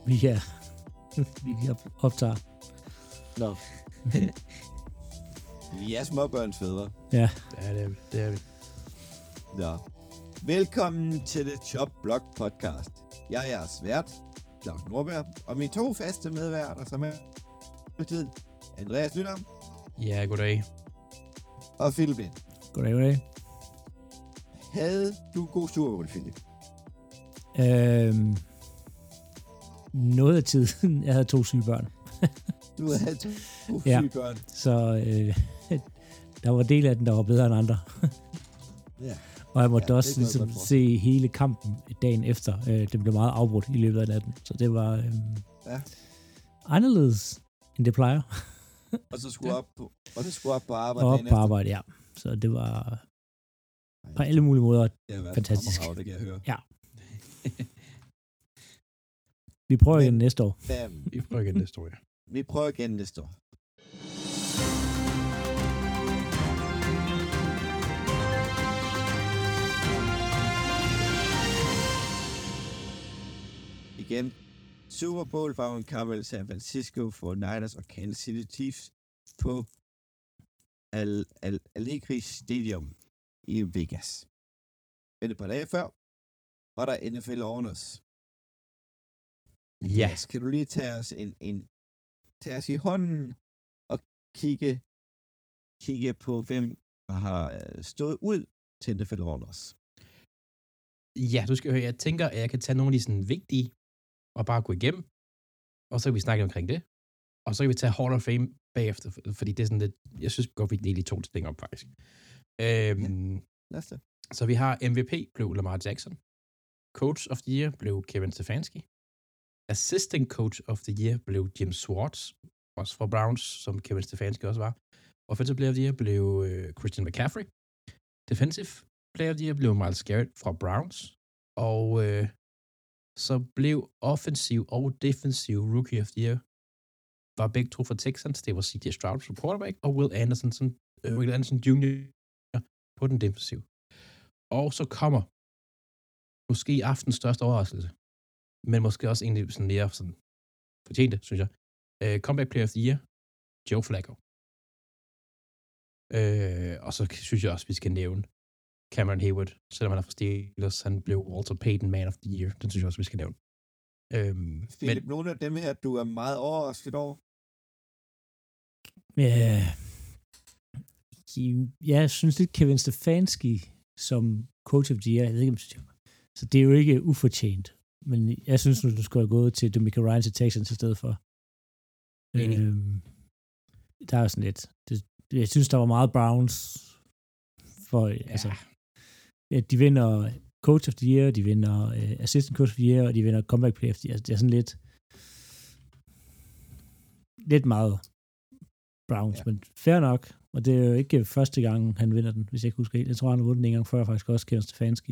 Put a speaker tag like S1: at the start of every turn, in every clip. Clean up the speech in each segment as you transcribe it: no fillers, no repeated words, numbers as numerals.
S1: Vi optager.
S2: Nå. Vi er småbørnsfædre.
S1: Ja.
S3: Det er vi.
S2: Nå. Velkommen til The Chop Block Podcast. Jeg er jeres vært, Claus Nordberg, og mine to faste medværter, som er på tid, Andreas Lytter.
S3: Ja, goddag.
S2: Og Philip Lind.
S1: Goddag.
S2: Havde du en god Super Bowl, Philip?
S1: Noget af tiden. Jeg havde 2 syge børn.
S2: Du havde 2 syge børn.
S1: Så der var del af den, der var bedre end andre.
S2: Ja.
S1: Og jeg måtte også ligesom se hele kampen dagen efter. Den blev meget afbrudt i løbet af natten. Så det var anderledes, end det plejer.
S2: Og så skulle op på arbejde.
S1: Og på arbejde, ja. Så det var på alle mulige måder fantastisk.
S2: Det kan jeg høre.
S1: Ja. Vi prøver igen næste år.
S3: Vi prøver igen næste år, ja.
S2: Vi prøver igen næste år. Igen. Super Bowl var en kamp mellem San Francisco 49ers og Kansas City Chiefs på Allegiant Stadium i Vegas. Men et par dage før var der NFL Honors.
S3: Ja.
S2: Skal du lige tage os i hånden og kigge på, hvem der har stået ud til NFL Honors?
S3: Ja, du skal høre, jeg tænker, at jeg kan tage nogle af de sådan vigtige og bare gå igennem, og så kan vi snakke omkring det, og så kan vi tage Hall of Fame bagefter, fordi det er sådan lidt, jeg synes godt, vi kan dele de 2 ting op, faktisk. Så vi har MVP, blev Lamar Jackson. Coach of the Year blev Kevin Stefanski. Assistant Coach of the Year blev Jim Schwartz, også fra Browns, som Kevin Stefanski også var. Offensive Player of the Year blev Christian McCaffrey. Defensive Player of the Year blev Myles Garrett fra Browns. Og så blev offensiv og defensiv Rookie of the Year var begge to fra Texans. Det var C.J. Stroud som quarterback, og Will Anderson Jr. på den defensiv. Og så kommer måske aftens største overraskelse, men måske også egentlig sådan mere sådan fortjente, synes jeg. Comeback Player of the Year, Joe Flacco. Og så synes jeg også, vi skal nævne Cameron Hayward, selvom han er fra Steelers, han blev Walter Payton Man of the Year. Den synes jeg også, vi skal nævne.
S2: Philip, nogle af dem her, du er meget overrasket over?
S1: Jeg synes lidt Kevin Stefanski som coach of the year, jeg ved ikke, så det er jo ikke ufortjent, men jeg synes nu, du skulle have gået til DeMeco Ryan til Texans i stedet for. Der er jo sådan lidt, jeg synes, der var meget Browns for, altså, de vinder coach of the year, de vinder assistant coach of the year, og de vinder comeback player of the year. Altså, det er sådan lidt meget Browns, men fair nok, og det er jo ikke første gang, han vinder den, hvis jeg ikke husker helt. Jeg tror, han har vundet den en gang før, faktisk også Kevin Stefanski.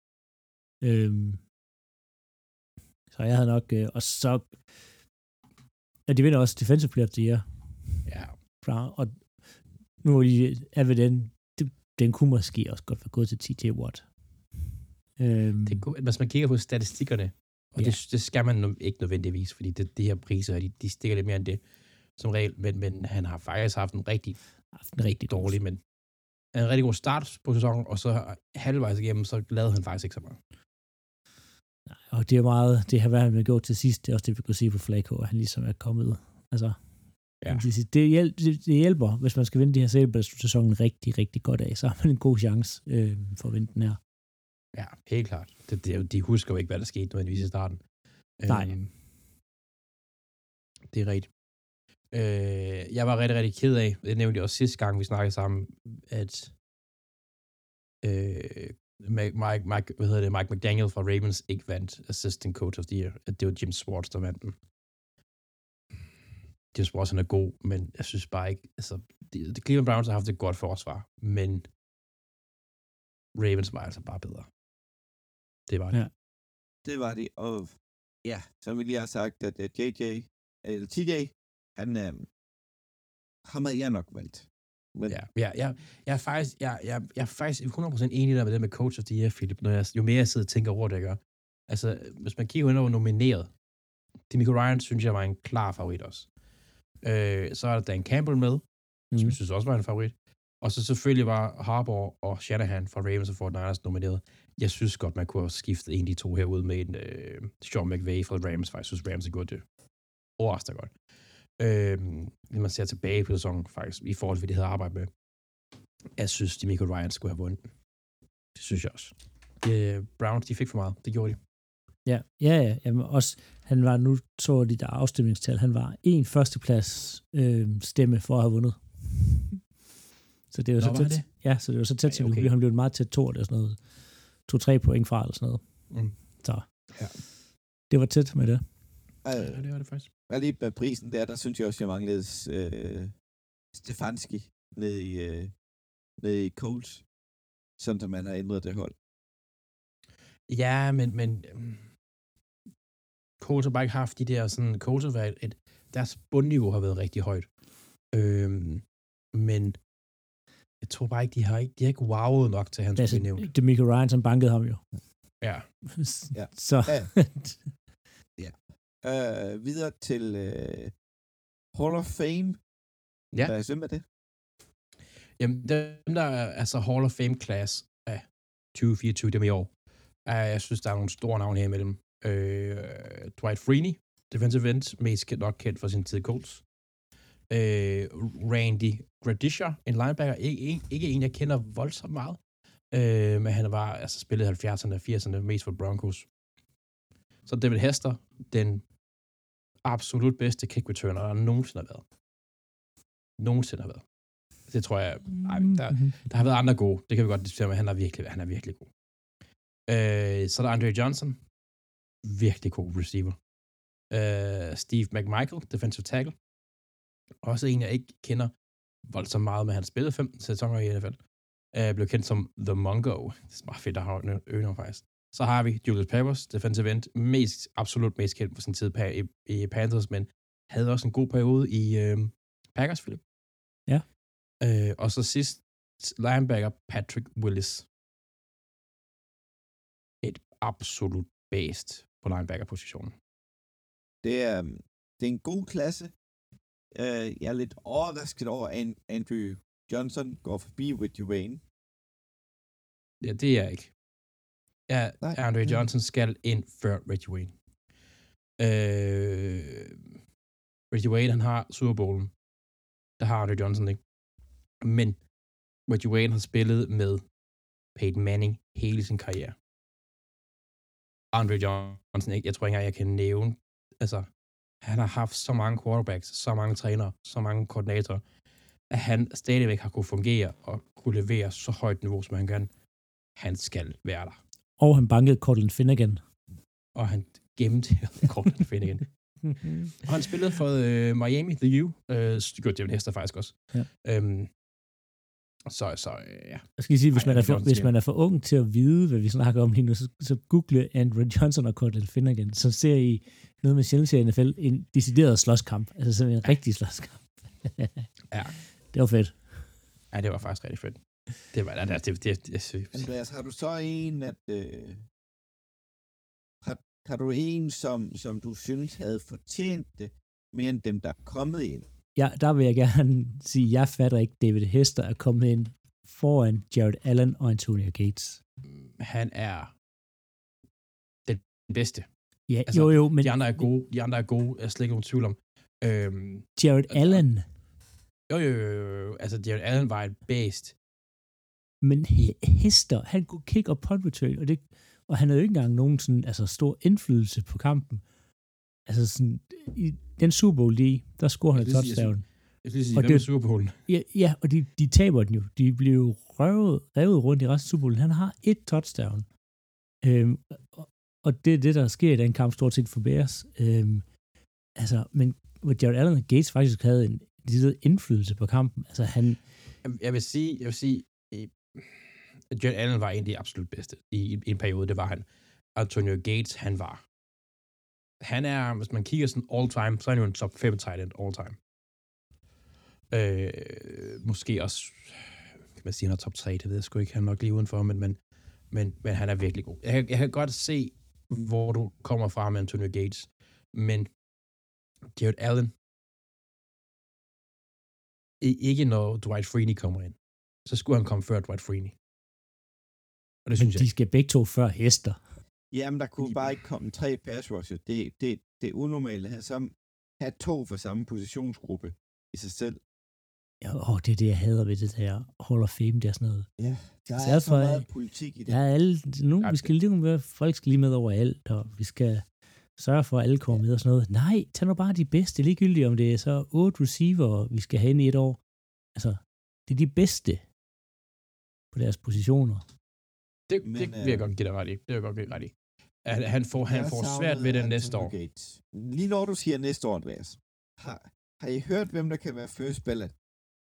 S1: Så jeg havde nok, og så, de vinder også defensive player of the year.
S3: Ja.
S1: Og nu er vi den kunne måske også godt være gået til TJ Watt.
S3: Det er godt, hvis man kigger på statistikkerne, og det skal man ikke nødvendigvis, fordi de her priser, de stikker lidt mere end det som regel, men han har faktisk haft en rigtig dårlig, men en rigtig god start på sæsonen, og så halvvejs igennem, så lavede han faktisk ikke så meget.
S1: Nej, og det er meget, det har været, han vil gå til sidst, det er også det, vi kunne sige på Flacco, at han ligesom er kommet, altså, det hjælper, hvis man skal vinde de her sæsonen rigtig, rigtig godt af, så har man en god chance for at vinde den her.
S3: Ja, helt klart. De husker jo ikke, hvad der skete nødvendigvis i starten.
S1: Nej.
S3: Det er rigtigt. Jeg var rigtig, rigtig ked af, det nævnte jeg også sidste gang, vi snakkede sammen, at Mike McDaniel fra Ravens ikke vandt Assistant Coach of the Year, at det var Jim Schwartz, der vandt den. Jim Schwartz, han er god, men jeg synes bare ikke, altså, Cleveland Browns har haft et godt forsvar, men Ravens var altså bare bedre. Det var det.
S2: Ja. Det var det, og ja, som vi lige har sagt, at TJ, han havde jeg nok valgt. Men...
S3: Jeg er faktisk 100% enig der med det med coach of the year, Philip, jo mere jeg sidder og tænker over det, jeg gør. Altså, hvis man kigger ind over nomineret, DeMeco Ryans synes jeg var en klar favorit også. Så er der Dan Campbell med, som jeg synes også var en favorit. Og så selvfølgelig var Harbaugh og Shanahan fra Ravens og 49ers nomineret. Jeg synes godt, man kunne have skiftet en af de to herud med en Sean McVay fra Rams, for jeg synes, Rams er godt det. Overraskende godt. Når man ser tilbage på sæsonen, faktisk, i forhold til, hvad de havde arbejdet med. Jeg synes, DeMeco Ryans skulle have vundet. Det synes jeg også. Browns, de fik for meget. Det gjorde de.
S1: Ja. Jamen også, han var, nu så de der afstemningstal, han var en førsteplads stemme for at have vundet. Så det er jo så tæt. Ja, så det var så tæt, så han blev meget tæt 2, det er sådan noget 2-3 point fra, eller sådan noget. Så det var tæt med det.
S3: Ja, det var det faktisk.
S2: Og lige med prisen der synes jeg også, jeg manglede Stefanski nede i Colts, sådan at man har ændret det hold.
S3: Ja, men Colts har bare ikke haft de der sådan, Colts har været deres bundniveau har været rigtig højt. Men jeg tror bare ikke, de har ikke wowet nok til hans bundniveau.
S1: DeMeco Ryans, som bankede ham jo.
S3: Ja.
S1: Så.
S2: Ja. Videre til Hall of Fame.
S3: Ja.
S2: Hvad synes du med det?
S3: Jamen, dem der er altså Hall of Fame class af 2024, dem i år. Jeg synes, der er nogle store navne her imellem. Dwight Freeney, defensive end, mest nok kendt for sin tid i Colts. Randy Gradisher, en linebacker, ikke en, jeg kender voldsomt meget, men han var altså spillet 70'erne og 80'erne mest for Broncos. Så David Hester, den absolut bedste kick returner, der nogensinde har været. Det tror jeg, der har været andre gode. Det kan vi godt diskutere, men han er virkelig god. Så er der Andre Johnson, virkelig god receiver. Steve McMichael, defensive tackle. Også en, jeg ikke kender voldsomt meget, men han spillede 15 sæsoner i NFL. Blev kendt som The Mongo. Det er bare fedt at have øjne faktisk. Så har vi Julius Peppers, defensive end, absolut mest kendt for sin tid i Panthers, men havde også en god periode i Packers, Philip.
S1: Ja.
S3: Og så sidst linebacker Patrick Willis. Et absolut based på linebacker-positionen.
S2: Det er en god klasse. Jeg er lidt overrasket over, at Andrew Johnson går forbi Reggie Wayne.
S3: Ja, det er jeg ikke. Ja, Andre Johnson skal ind før Reggie Wayne. Reggie Wayne, han har Super Bowlen. Der har Andre Johnson ikke. Men Reggie Wayne har spillet med Peyton Manning hele sin karriere. Andre Johnson ikke. Jeg tror ikke engang, jeg kan nævne. Altså, han har haft så mange quarterbacks, så mange trænere, så mange koordinatorer, at han stadigvæk har kunne fungere og kunne levere så højt niveau, som han kan. Han skal være der.
S1: Og han bankede Cortland Finnegan.
S3: Og han gemte Cortland Finnegan. Og han spillede for Miami, The U. Det gjorde Devin Hester faktisk også.
S1: Ja.
S3: Ja.
S1: Jeg skal sige, hvis man er for ung til at vide, hvad vi snakker om lige nu, så google Andrew Johnson og Cortland Finnegan, så ser I noget med sjældent i NFL, en decideret slåskamp. Altså simpelthen en rigtig slåskamp.
S3: Ja.
S1: Det var fedt.
S3: Ja, det var faktisk rigtig fedt. Det var
S2: Andreas, har du så en, at har du en, som du synes havde fortjent det, mere end dem, der er kommet ind?
S1: Ja, der vil jeg gerne sige, at jeg fatter ikke, David Hester er kommet ind foran Jared Allen og Antonio Gates.
S3: Han er den bedste.
S1: Ja, altså, jo, men...
S3: De andre er gode, jeg er slet ikke nogen tvivl om.
S1: Jared Allen.
S3: Jo. Altså, Jared Allen var et based.
S1: Men Hester, han kunne kick og punt return, og han havde jo ikke engang nogen sådan, altså, stor indflydelse på kampen. Altså sådan, i den Super Bowl der scorer han et touchdown.
S3: Jeg skal lige sige, hvem er Super Bowlen?
S1: Ja, og de taber den jo. De blev jo revet rundt i resten af Super Bowl. Han har et touchdown. Og det er det, der sker i den kamp, stort set for Bears. Altså, men Jared Allen og Gates faktisk havde en lille indflydelse på kampen. Altså, han...
S3: Jeg vil sige, Jared Allen var en af de absolut bedste i en periode, det var han. Antonio Gates, han er, hvis man kigger sådan all time, så er han jo en top 5 tight end all time. Måske også, kan man sige, han er top 3, det ved jeg sgu ikke, han er nok lige udenfor, men han er virkelig god. Jeg kan godt se, hvor du kommer fra med Antonio Gates. Men Jared Allen, ikke når Dwight Freeney kommer ind. Så skulle han komme før Dwight Freeney. Og det synes
S1: de skal begge to før hester.
S2: Jamen, der kunne bare ikke komme 3 pass rusher. Det er unormalt at have 2 for samme positionsgruppe i sig selv.
S1: Ja, det er det, jeg hader ved det der Hall of Fame, der sådan noget.
S2: Ja, der
S1: så
S2: er så meget politik i det.
S1: Ja, vi skal lige med, folk skal lige med overalt, og vi skal sørge for, at alle kommer med og sådan noget. Nej, tag nu bare de bedste, ligegyldigt om det er så 8 receiver, vi skal have ind i et år. Altså, det er de bedste på deres positioner.
S3: Det vil jeg godt give dig ret i. Det vil jeg godt give dig ret i. Han får svært ved det næste år.
S2: Lige når du siger næste år, Andreas, har I hørt, hvem der kan være first ballot?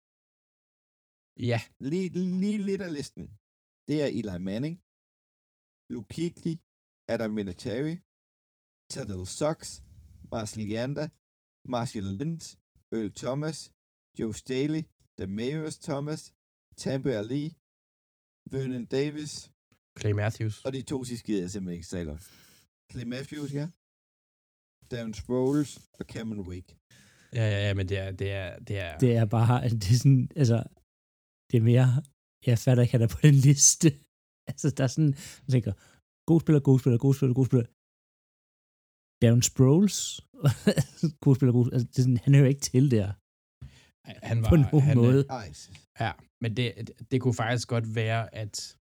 S3: Ja.
S2: Lige lidt af listen. Det er Eli Manning, Luke Kuechly, Adam Vinatieri, Tadil Suggs, Marcel Yanda, Marshall Lynch, Earl Thomas, Joe Staley, Demaryius Thomas, Tampa Ali, Vernon Davis,
S3: Clay Matthews.
S2: Og de 2 sidste gider jeg simpelthen ikke tale om. Clay Matthews, ja. Darren Sproles og Cameron Wake.
S3: Ja, men
S1: det er bare, det er sådan, altså, det er mere, jeg fatter ikke, at han er på den liste. Altså, der er sådan, jeg tænker, god spiller. Darren Sproles, god spiller. Altså, det er sådan, han hører ikke til der.
S3: Han var,
S1: på nogen måde.
S3: Ja, men det kunne faktisk godt være, at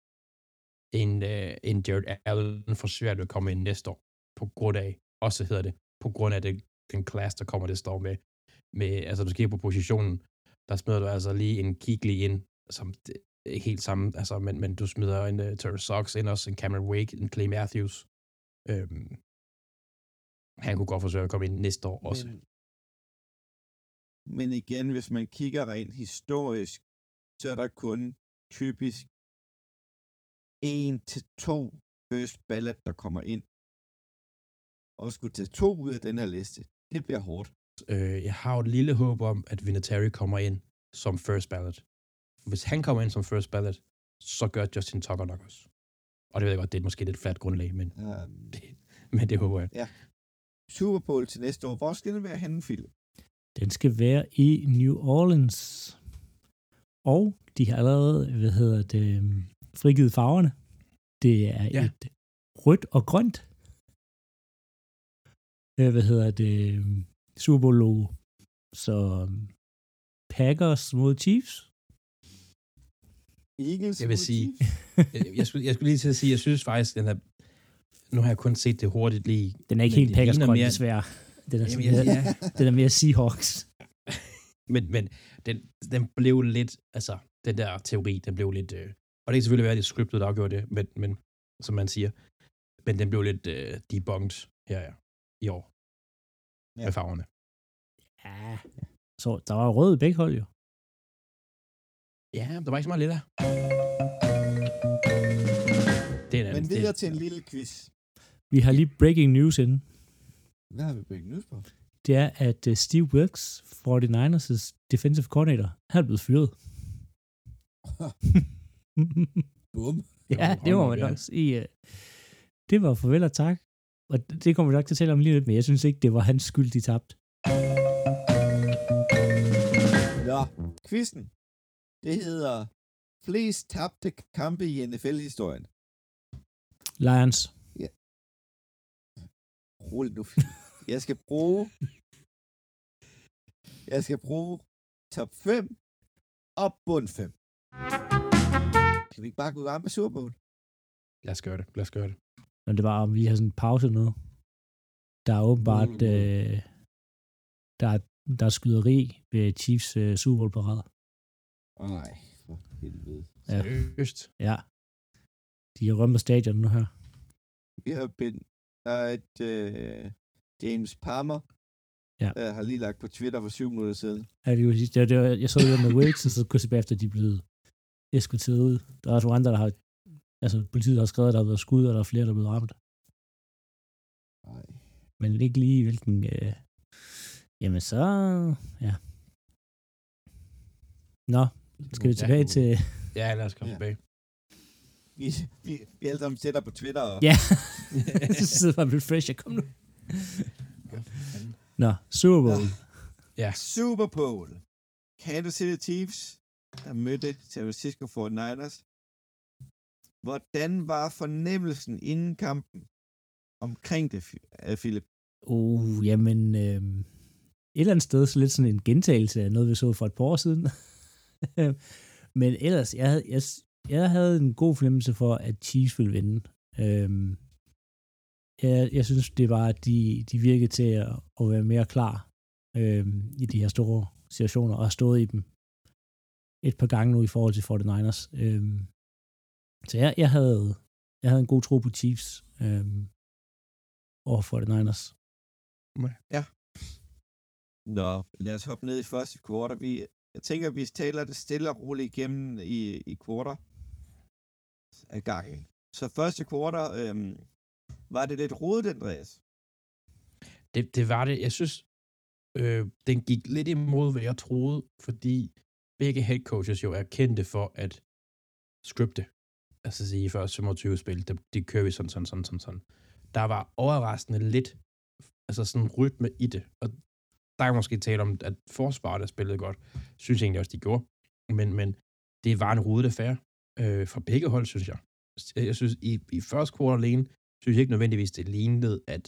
S3: en Jared Allen får svært ved at komme ind næste år, på grund af, også hedder det, på grund af den class, der kommer det står med, altså du skal på positionen, der smider du altså lige en Kuechly ind, som ikke helt samme, altså, men du smider en Terry Suggs ind, også en Cameron Wake, en Clay Matthews. Han kunne godt forsøge at komme ind næste år også.
S2: Men igen, hvis man kigger rent historisk, så er der kun typisk 1 til 2 first ballot, der kommer ind. Og skulle tage 2 ud af den her liste, det bliver hårdt.
S3: Jeg har jo et lille håb om, at Vinatieri kommer ind som first ballot. Hvis han kommer ind som first ballot, så gør Justin Tucker nok også. Og det ved jeg godt, det er måske lidt fladt grundlag, men det håber jeg.
S2: Ja. Super Bowl til næste år. Hvor skal den være henne, Philip?
S1: Den skal være i New Orleans. Og de har allerede, frigivet farverne. Det er et rødt og grønt. Super Bowl logo. Så Packers mod Chiefs.
S2: Eagles
S3: jeg vil sige, jeg skulle lige til at sige, jeg synes faktisk, den er, nu har jeg kun set det hurtigt lige.
S1: Den er ikke helt Packers grønt, desværre. Den er mere Seahawks.
S3: Men den blev lidt, altså, den der teori, den blev lidt, og det kan selvfølgelig være, at det er scriptet, der afgjorde det, men som man siger, men den blev lidt debunked her i år med farverne.
S1: Ja, så der var rød i begge hold jo.
S3: Ja, der var ikke så meget lidt der.
S2: Men videre til en lille quiz.
S1: Vi har lige breaking news inden.
S2: Hvad har vi breaking news på?
S1: Det er, at Steve Wilkes, 49ers' defensive coordinator, han er blevet fyret.
S2: Bum.
S1: Ja, det må man nok sige. Det var farvel og tak. Og det kommer vi nok til at tale om lige lidt, men jeg synes ikke, det var hans skyld, de tabte.
S2: Nå, quizzen. Det hedder flest tabte kampe i NFL-historien.
S1: Lions.
S2: Ja. Rolig nu. Jeg skal bruge top 5 og bund 5. Kan vi ikke bare gå i gang med Super Bowl?
S3: Lad os gøre det.
S1: Men det var, om vi har sådan en pause nu. Der er åbenbart, der er skyderi ved Chiefs Super Bowl-parade.
S2: Nej, for helvede.
S1: Ja.
S3: Seriøst?
S1: Ja. De har rømt stadion nu her.
S2: Vi har der er et James Palmer, har lige lagt på Twitter for 7 minutter siden.
S1: Ja, jeg så det med Wilkes, og så kunne jeg se bagefter, at de er blevet eskorteret ud. Der er også andre, der har, altså politiet har skrevet, at der har været skud, og der er flere, der er blevet ramt.
S2: Nej.
S1: Men ikke lige hvilken, jamen så, ja. Nå, skal vi tilbage til...
S3: Ja, lad os komme tilbage.
S2: Vi alle sammen sætter på Twitter. Og...
S1: Ja, så sidder bare lidt fresh. Kom nu. Nå, Super Bowl.
S3: Ja.
S2: Super Bowl. Kansas City Chiefs, der mødte San Francisco 49ers. Hvordan var fornemmelsen inden kampen omkring det, Philip?
S1: Jamen, et eller andet sted så lidt sådan en gentagelse af noget, vi så for et par år siden. Men ellers, jeg havde en god fornemmelse for, at Chiefs ville vinde. Jeg synes, det var, at de virkede til at være mere klar i de her store situationer, og har stået i dem et par gange nu i forhold til 49ers. Så jeg havde en god tro på Chiefs over 49ers.
S2: Ja. Nå, lad os hoppe ned i første kvartal. Jeg tænker, vi taler det stille og roligt igennem i kvartal af gangen. Så første kvartal, var det lidt rodet, Andreas?
S3: Det var det. Jeg synes, den gik lidt imod, hvad jeg troede, fordi begge head coaches jo er kendte for at scripte. Altså sige, i første 25 spil, de kører vi sådan. Der var overraskende lidt altså sådan rytme i det, og der er måske tale om, at forsvaret der spillede godt. Synes jeg egentlig også, de gjorde. Men det var en rodet affære fra begge hold, synes jeg. Jeg synes, i første kvartal alene, synes jeg ikke nødvendigvis, det lignede, at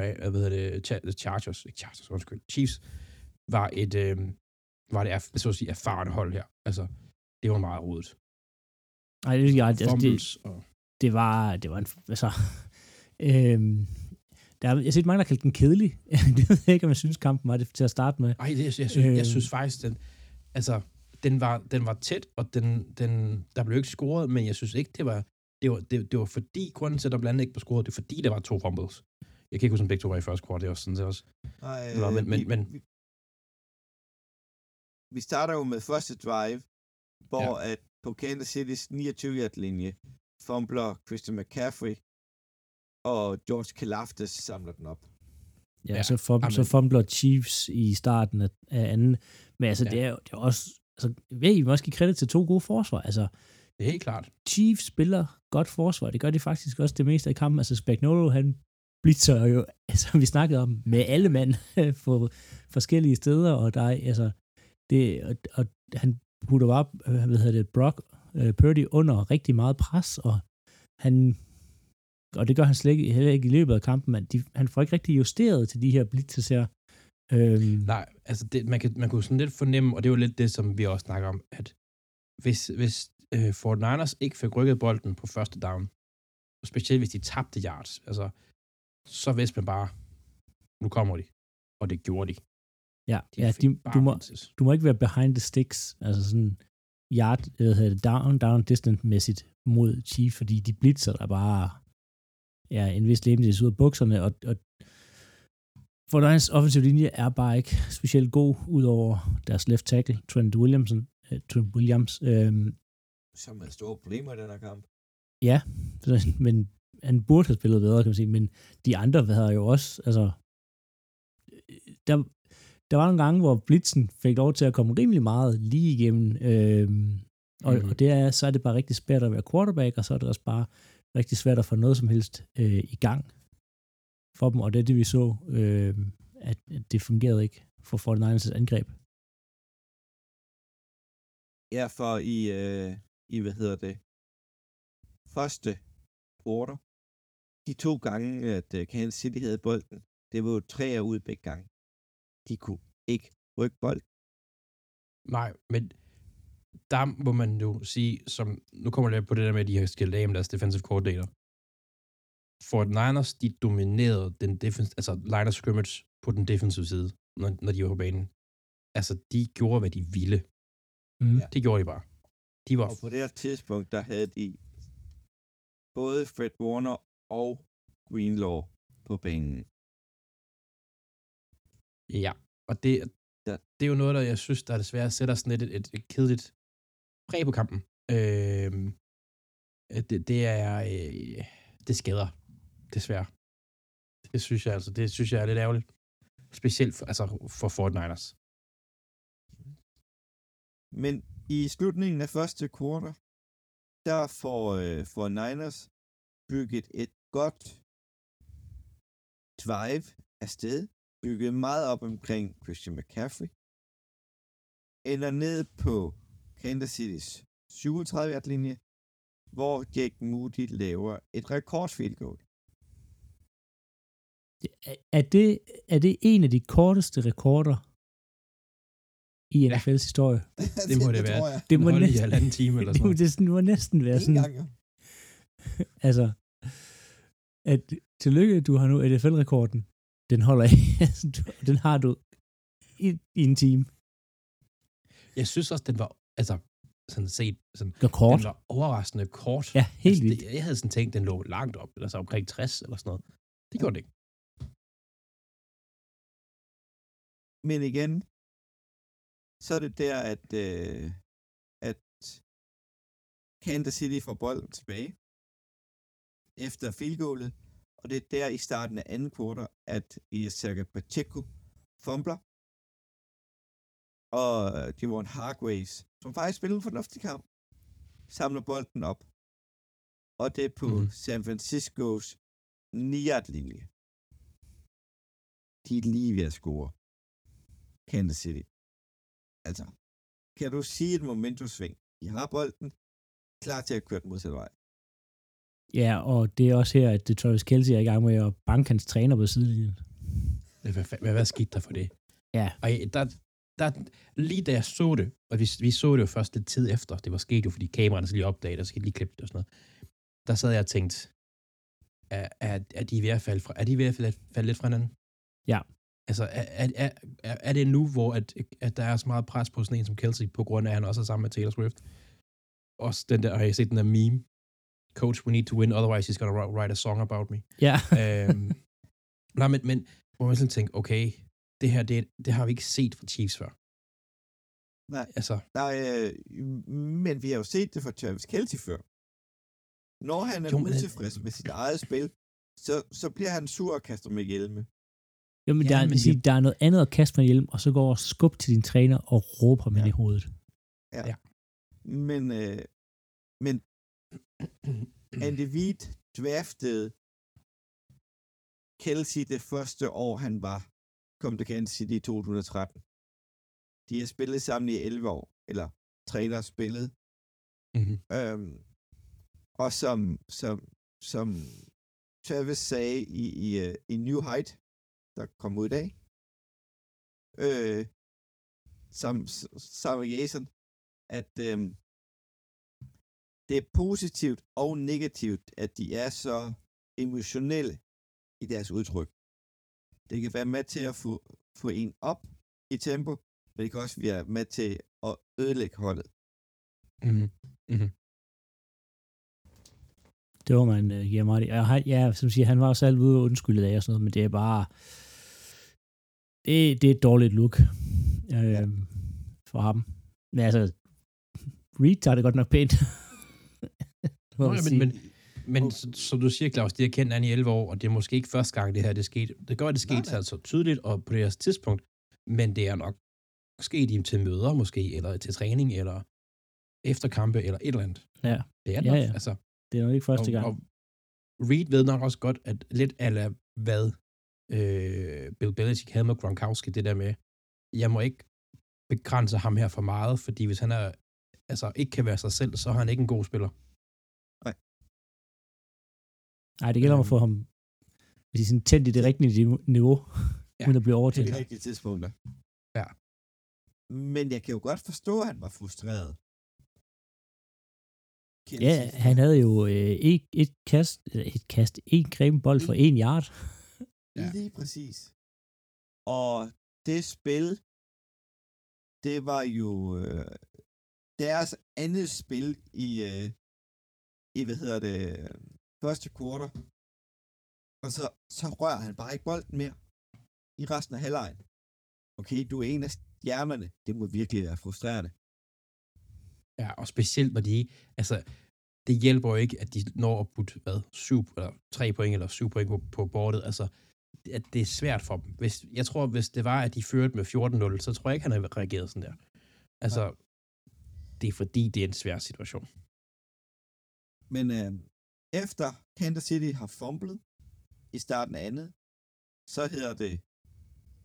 S3: Chiefs var et så at sige erfarent hold her. Altså, det var meget rodet.
S1: Nej, det er det var en, altså, jeg har set mange, der kaldte den kedelig. Det ved jeg ikke, om jeg synes, kampen var det til at starte med.
S3: Nej, jeg synes faktisk, den var tæt, og der blev ikke scoret, men jeg synes ikke, det var fordi, grunden til, at der blandt andet ikke blev scoret, det er fordi, der var 2 fumbles. Jeg kan ikke huske, om begge 2 var i første kvartal, det var sådan set også.
S2: Nej, vi starter jo med første drive, hvor at på Kansas City's 29-yard-linje fumbler Christian McCaffrey, og George Kalafdis samler den op.
S1: Ja, så fumbler Chiefs i starten af anden. Men altså, det er også, altså, vi må også give kredit til 2 gode forsvar. Altså,
S3: det er helt klart.
S1: Chiefs spiller godt forsvar. Det gør de faktisk også det meste af kampen. Altså, Spagnuolo, han blitzer jo, som vi snakkede om, med alle mand på forskellige steder, og der er, altså, og han putter bare, Brock Purdy under rigtig meget pres, og det gør han slet heller ikke i løbet af kampen, men han får ikke rigtig justeret til de her blitzes her.
S3: Nej, altså man kunne sådan lidt fornemme, og det er jo lidt det, som vi også snakker om, at hvis 49ers ikke fik rykket bolden på første down, og specielt hvis de tabte yards, altså, så vidste man bare, nu kommer de, og det gjorde de.
S1: Du må ikke være behind the sticks, altså sådan yard, down distance-mæssigt mod Chiefs, fordi de blitzer der bare en vis lebendighed ud af bukserne, og Fortnite's offensive linje er bare ikke specielt god, udover deres left tackle, Trent Williams.
S2: Som er store problemer i den her kamp.
S1: Ja, men han burde have spillet bedre, kan man sige, men de andre havde jo også, altså, der var nogle gange, hvor blitzen fik lov til at komme rimelig meget lige igennem, og så er det bare rigtig svært at være quarterback, og så er det også bare rigtig svært at få noget som helst i gang for dem, og det er det, vi så, at det fungerede ikke for 49ers' angreb.
S2: Ja, for i første quarter, de 2 gange, at Kansas City havde bolden, det var jo 3 ud begge gange. De kunne ikke rykke bold.
S3: Nej, men der må man jo sige, som nu kommer det på det der med, at de har skilt af med deres defensive coordinator. Fort Niners, de dominerede den altså line of scrimmage på den defensive side, når de var på banen. Altså, de gjorde, hvad de ville. Det gjorde de bare.
S2: Og på det her tidspunkt, der havde de både Fred Warner og Greenlaw på banen.
S3: Ja, og det er jo noget, der jeg synes, der desværre sætter sådan et kedeligt præg på kampen. Det skader, desværre. Det synes jeg er lidt ærgerligt. Specielt for 49ers.
S2: Men i slutningen af første kvartal, der får Niners bygget et godt drive afsted bygget meget op omkring Christian McCaffrey, ender ned på Kansas City's 37-yard-linje, hvor Jake Moody laver et rekordfield goal.
S1: Er det en af de korteste rekorder i NFL's historie?
S3: Det må det være.
S2: tror jeg.
S1: Det må
S3: Hold i
S1: næsten,
S3: halvanden time eller sådan noget.
S1: det må næsten være
S2: En
S1: sådan.
S2: gang, ja.
S1: Altså, at tillykke, du har nu NFL-rekorden. Den holder ikke. Den har du i en time.
S3: Jeg synes også, den var, altså, sådan set, sådan,
S1: Kort.
S3: den var overraskende kort.
S1: Ja, helt
S3: Altså,
S1: vildt.
S3: jeg havde sådan tænkt, den lå langt op, altså omkring 60 eller sådan noget. Det gjorde det ikke.
S2: Men igen, så er det der, at Kansas City får bolden tilbage efter field goalet, og det er der i starten af anden kvartal, at Isaac Pacheco fumbler, og Javon Hargraves, som faktisk spiller en fornuftig kamp, samler bolden op, og det er på San Franciscos 9-yard-linje. De er lige ved at score. Kansas City. Altså, kan du sige et momentumsving? De har bolden, klar til at køre den modsatte vej.
S1: Ja, og det er også her, at Travis Kelce er i gang med at banke hans træner på sidelinjen.
S3: Hvad skete der for det?
S1: Ja.
S3: Og der, lige da jeg så det, og vi så det jo først lidt tid efter, det var sket jo, fordi kameraerne skal lige opdage, der skal lige klippe det og sådan noget. Der sad jeg og tænkte, er de ved at falde fra, falde lidt fra hinanden?
S1: Ja.
S3: Altså, er det nu, hvor at der er så meget pres på sådan en som Kelce, på grund af, at han også er sammen med Taylor Swift? Også den der, har jeg set den der meme? Coach, we need to win, otherwise he's gonna write a song about me.
S1: Ja.
S3: Nej, men hvor man sådan tænker, okay, det her, det har vi ikke set fra Chiefs før.
S2: Nej,
S3: altså.
S2: Men vi har jo set det fra Travis Kelce før. Når han er utilfreds med sit eget spil, så bliver han sur og kaster med hjelme.
S1: Jo, men der er noget andet at kaste med hjelm, og så går og skub til din træner og råber ham ind i hovedet.
S2: Ja. Men Andy Reid draftede Kelce det første år, han kom til Kansas City i 2013. De har spillet sammen i 11 år, eller træner spillet. Og som Travis sagde i New Height, der kom ud i dag, sammen med Jason, at det er positivt og negativt, at de er så emotionelle i deres udtryk. Det kan være med til at få en op i tempo, men det kan også være med til at ødelægge holdet.
S1: Det var man giver mig. Ja, som siger, han var også selv ude og undskylde af og sådan noget, men det er bare det er et dårligt look for ham. Men altså, Reid tager det godt nok pænt.
S3: Men som du siger, Claus, de har kendt han i 11 år, og det er måske ikke første gang, det her det skete. Det gør, at det skete altså tydeligt og på det her tidspunkt, men det er nok sket dem til møder måske, eller til træning, eller efter kampe, eller et eller andet.
S1: Ja.
S3: Det er nok,
S1: ja.
S3: altså.
S1: Det er nok ikke første gang.
S3: Og Reid ved nok også godt, at lidt ala hvad Bill Belichick havde med Gronkowski, det der med, jeg må ikke begrænse ham her for meget, fordi hvis han ikke kan være sig selv, så er han ikke en god spiller.
S1: Nej, det gælder om at få ham tændt i det rigtige niveau, uden at blive overtalt.
S2: På de rigtige tidspunkter.
S3: Ja.
S2: Men jeg kan jo godt forstå, at han var frustreret.
S1: Ja, han havde jo en grebebold for 1 yard.
S2: Ja. Lige præcis. Og det spil, det var jo deres andet spil i første kvartal. Og så rører han bare ikke bolden mere i resten af halvlejen. Okay, du er en af stjernerne. Det må virkelig være frustrerende.
S3: Ja, og specielt når de, altså, det hjælper jo ikke, at de når at putte, 3 point eller 7 point på bordet, altså, at det er svært for dem. Jeg tror, hvis det var, at de førte med 14-0, så tror jeg ikke, han havde reageret sådan der. Altså, det er fordi, det er en svær situation.
S2: Men efter Kansas City har fumblet i starten af andet, så hedder det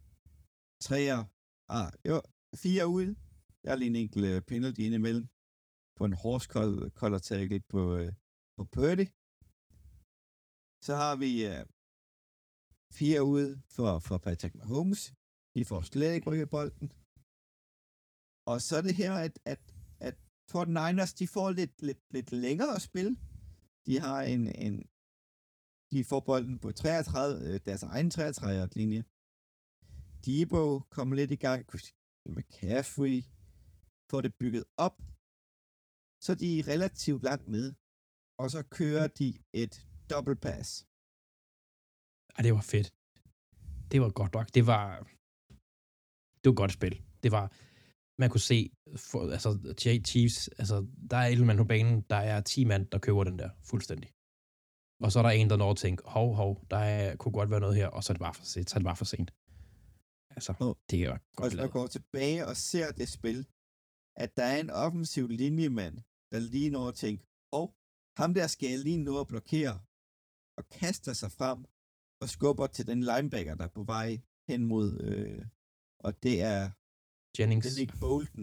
S2: 4 ude. Der er lige en enkelt penalty indimellem. På en horse collar tag lidt på Purdy. Så har vi 4 ude for Patrick Mahomes. De får slet ikke rykket bolden. Og så er det her, at 49ers, de får lidt længere at spille. De har de får bolden på 33, deres egen 33-linje. Debo kommer lidt i gang. McCaffrey får det bygget op. Så de er relativt langt med. Og så kører de et double pass.
S3: Det var fedt. Det var godt nok. Det var godt spil. Det var, man kunne se, Chiefs, der er 11 mand på banen, der er 10 mand, der køber den der, fuldstændig. Og så er der en, der når at tænke, kunne godt være noget her, og så er det bare for sent. Det er godt.
S2: Og hvis man går tilbage og ser det spil, at der er en offensiv linjemand, der lige når at tænke, ham der skal jeg lige nå at blokere, og kaster sig frem, og skubber til den linebacker, der er på vej hen mod, og det er
S3: Jennings.
S2: Det er Nick Bolton,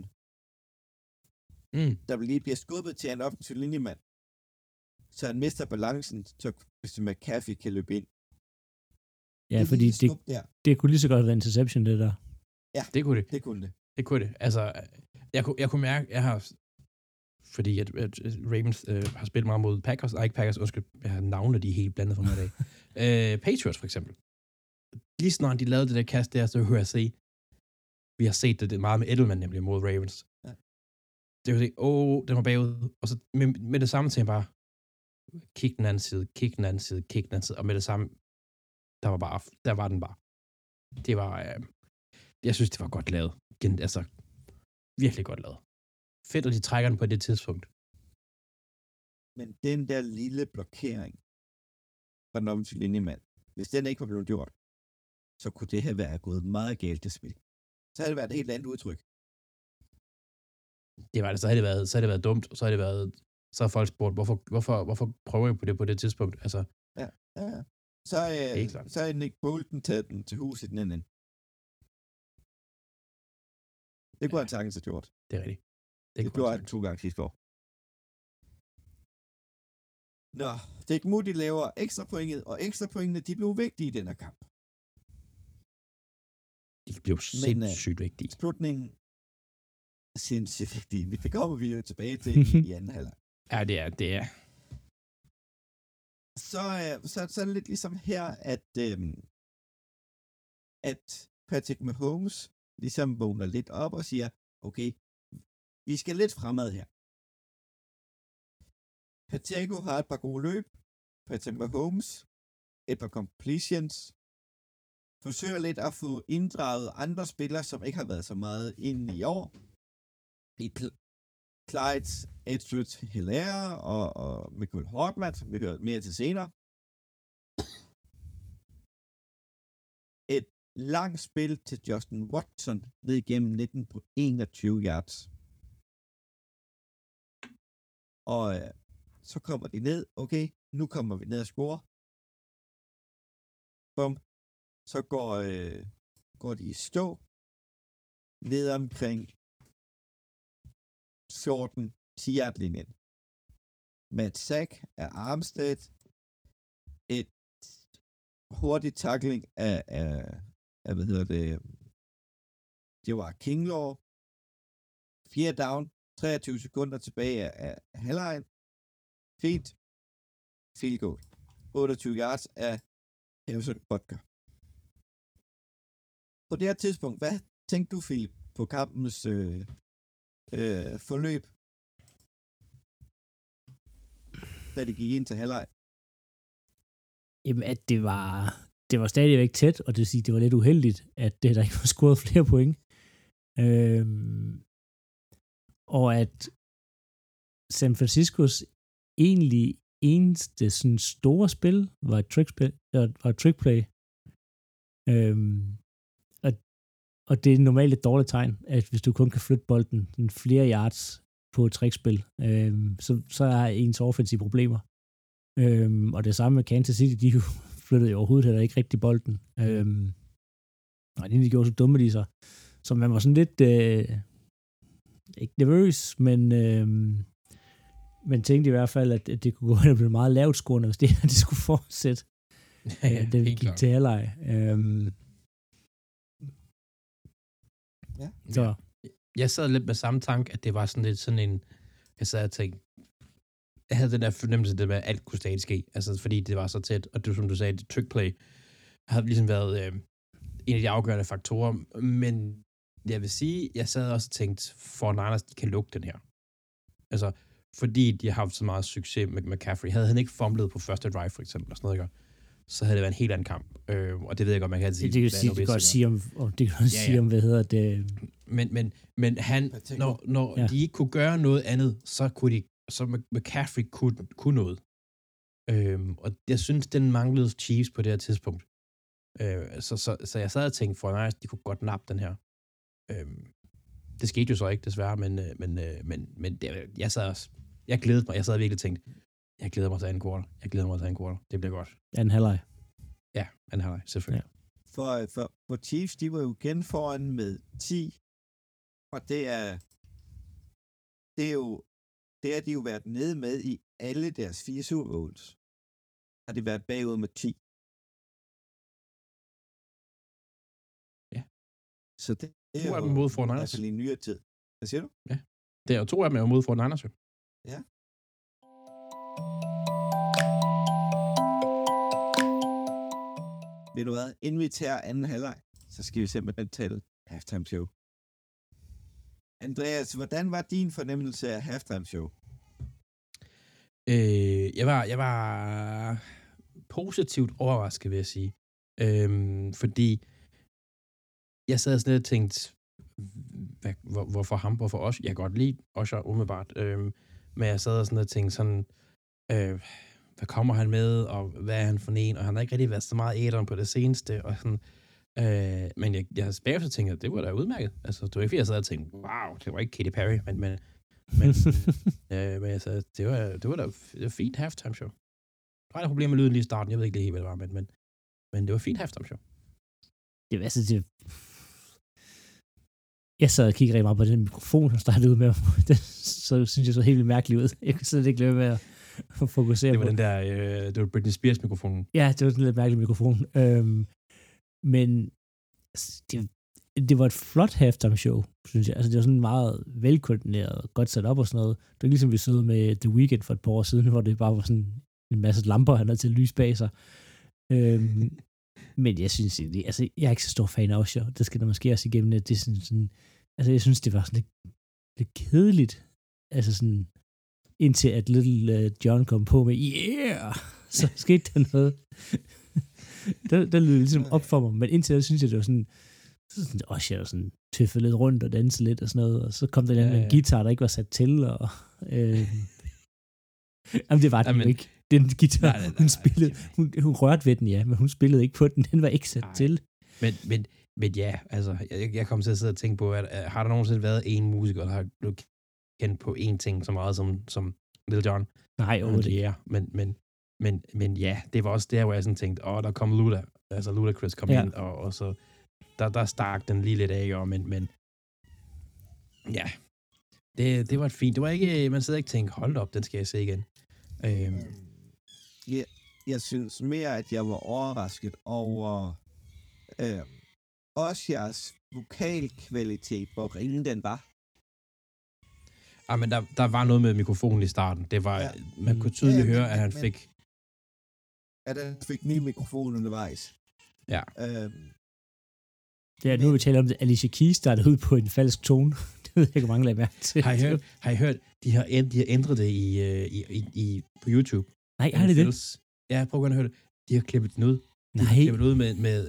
S2: der lige bliver skubbet til en offensiv linjemand, så han mister balancen, så McCaffrey kan løbe ind.
S1: Ja, fordi det kunne lige så godt være interception, det der.
S3: Ja, det kunne det. Det kunne det. Jeg kunne mærke, fordi at Ravens har spillet meget mod Packers, ikke Packers, jeg har navnet, de er helt blandet for mig i dag. Patriots for eksempel. Lige snart de lavede det der kast der, så hører jeg se, vi har set det meget med Edelman, nemlig mod Ravens. Ja. Det var den var bagud, og så med det samme til jeg bare, kig den anden side, og med det samme, der var den bare. Det var, jeg synes, det var godt lavet. Virkelig godt lavet. Fedt, at de trækker den på det tidspunkt.
S2: Men den der lille blokering fra den offensive linjemand, hvis den ikke var blevet gjort, så kunne det have været gået meget galt til spil. Så havde det været et helt andet udtryk.
S3: Det var det, så havde det været dumt, og så har folk spurgt, hvorfor prøver I på det på det tidspunkt?
S2: Ja. Så er Nick Bolton taget den til hus i den anden. Det kunne han sagtens have gjort.
S3: Det er rigtigt.
S2: Det gjorde han 2 gange sidste år. Nå, det er ikke muligt, de laver ekstra pointet, og ekstra pointene, de blev vigtige i den her kamp.
S3: De blev sindssygt vigtige.
S2: Slutningen sindssygt vigtige. Det kommer vi jo tilbage til i anden halvleg.
S3: Ja, det er.
S2: Så er det lidt ligesom her, at Patrick Mahomes ligesom vågner lidt op og siger, okay, vi skal lidt fremad her. Pacheco har et par gode løb. Patrick Mahomes, et par completions. Forsøger lidt at få inddraget andre spillere, som ikke har været så meget inde i år. Clyde Edwards-Helaire og Michael Hardman, som vi hører mere til senere. Et langt spil til Justin Watson ned igennem 19 på 21 yards. Og så kommer de ned. Okay, nu kommer vi ned og score. Bum. Så går de i stå. Ned omkring 14-10-yard-linjen. Med et sack af Armstead. Et hurtigt tackling af det var Kinlaw. 4 down. 23 sekunder tilbage af halvlejen. Fint. Field goal. 28 yards af Harrison Butker. På det her tidspunkt, hvad tænkte du, Philip, på kampens forløb? Da det gik ind til halvleg?
S1: Jamen, at det var stadigvæk tæt, og det vil sige, det var lidt uheldigt, at der ikke var scoret flere point. Og at San Franciscos egentlig eneste sådan store spil var et trickplay. Og det er normalt et dårligt tegn, at hvis du kun kan flytte bolden flere yards på et trickspil, så er ens offensive problemer. Og det samme med Kansas City, de flyttede jo overhovedet heller ikke rigtig bolden. Nej, de gjorde så dumme de så. Så man var sådan lidt, ikke nervøs, men tænkte i hvert fald, at det kunne gå hen og blive meget lavt scorende, hvis det skulle fortsætte. Da vi gik til halvleg. Så.
S3: Jeg sad lidt med samme tanke, at det var sådan lidt sådan en, jeg sad og tænkte, jeg havde den der fornemmelse, at det var, alt kunne stadig ske, altså fordi det var så tæt, og det, som du sagde, det trick play, havde ligesom været en af de afgørende faktorer, men jeg vil sige, jeg sad også og tænkte, for Niners, de kan lukke den her. Altså, fordi de har haft så meget succes med McCaffrey. Havde han ikke fumlet på første drive, for eksempel, og sådan noget, så havde det været en helt anden kamp. Og det ved jeg godt, man kan sige.
S1: Det kan godt sige om, hvad hedder det.
S3: Men han, når de ikke kunne gøre noget andet, så McCaffrey kunne noget. Og jeg synes, den manglede Chiefs på det her tidspunkt. Så jeg sad og tænkte, for Niners, de kunne godt nappe den her. Det skete jo så ikke, desværre, men jeg glædede mig. Jeg sad virkelig og tænkte, jeg glæder mig til anden quarter. Det bliver godt.
S1: Anden halvleg.
S3: Ja, anden halvleg, selvfølgelig. Ja.
S2: For Chiefs, de var jo igen foran med 10, og det har de jo været nede med i alle deres 4 Super Bowls. Har de været bagud med 10.
S3: Ja.
S2: Så det
S3: er jo mod for Niners.
S2: Altså i nyere tid. Hvad siger du?
S3: Ja. Det er jo 2 af dem, er jo mod for Niners.
S2: Ja. Ved du hvad? Inden vi tager anden halvleg, så skal vi simpelthen tale halftime show. Andreas, hvordan var din fornemmelse af halftime show?
S3: Jeg var positivt overrasket, vil jeg sige. Fordi jeg sad sådan lidt og tænkte, hvorfor ham, hvorfor os? Jeg kan godt lide Usher umiddelbart, men jeg sad og sådan og tænkte sådan, hvad kommer han med, og hvad er han for en, og han har ikke rigtig været så meget æderen på det seneste, og sådan, men jeg bagefter tænkte, at det var da udmærket. Altså, det var ikke fordi, jeg sad og tænkte, wow, det var ikke Katy Perry, men jeg sagde, det var da et fint halftime show. Der var et problem med lyden lige i starten, jeg ved ikke lige helt, hvad det var, men det var et fint halftime show.
S1: Jeg sad og kiggede rigtig meget på den mikrofon, han startede ud med, så synes jeg så helt mærkeligt ud. Jeg kunne slet ikke glemme at fokusere på.
S3: Det var den der, det var Britney Spears mikrofonen.
S1: Ja, det var sådan en lidt mærkelig mikrofon. Men det var et flot halftime show, synes jeg. Altså, det var sådan meget velkoordineret, godt sat op og sådan noget. Det var ligesom vi så med The Weeknd for et par år siden, hvor det bare var sådan en masse lamper, han havde til at lyse bag sig. Men jeg synes egentlig, altså, jeg er ikke så stor fan af Usher. Det skal der måske også igennem, at det er sådan, altså, jeg synes, det var sådan lidt kedeligt. Altså sådan, indtil at Little John kom på med, yeah! Så skete der noget. der lød ligesom op for mig, men indtil da synes jeg, det var sådan Usher sådan tøffede lidt rundt og dansede lidt og sådan noget, og så kom der en guitar, der ikke var sat til, og jamen, det var den jo ikke. Den guitar, hun spillede, hun rørte ved den, ja, men hun spillede ikke på den. Den var ikke sat til.
S3: Men ja, altså, jeg kom til at sidde og tænke på, at har der nogensinde været en musiker, der har blevet kendt på én ting så meget som Lil Jon?
S1: Nej, overhovedet ikke.
S3: Ja, men ja, det var også der, hvor jeg sådan tænkte, der kom Ludacris kom ind, og så der stak den lige lidt af, men ja, det var fint. Det var ikke, man sidder ikke og tænkte, hold op, den skal jeg se igen.
S2: Jeg synes mere, at jeg var overrasket over også jeres vokalkvalitet, hvor ringe den var.
S3: Men der var noget med mikrofonen i starten. Det var, man kunne tydeligt høre, at han fik...
S2: At han fik ny mikrofon undervejs.
S3: Ja.
S1: Det er nu, vi taler om det. Alicia Keys startede ud på en falsk tone. Det ved jeg ikke, mange lagde mærke til.
S3: Har I hørt? De har ændret det på YouTube.
S1: Nej, har det det?
S3: Ja, prøv at høre det. De har klippet den ud. De har klippet ud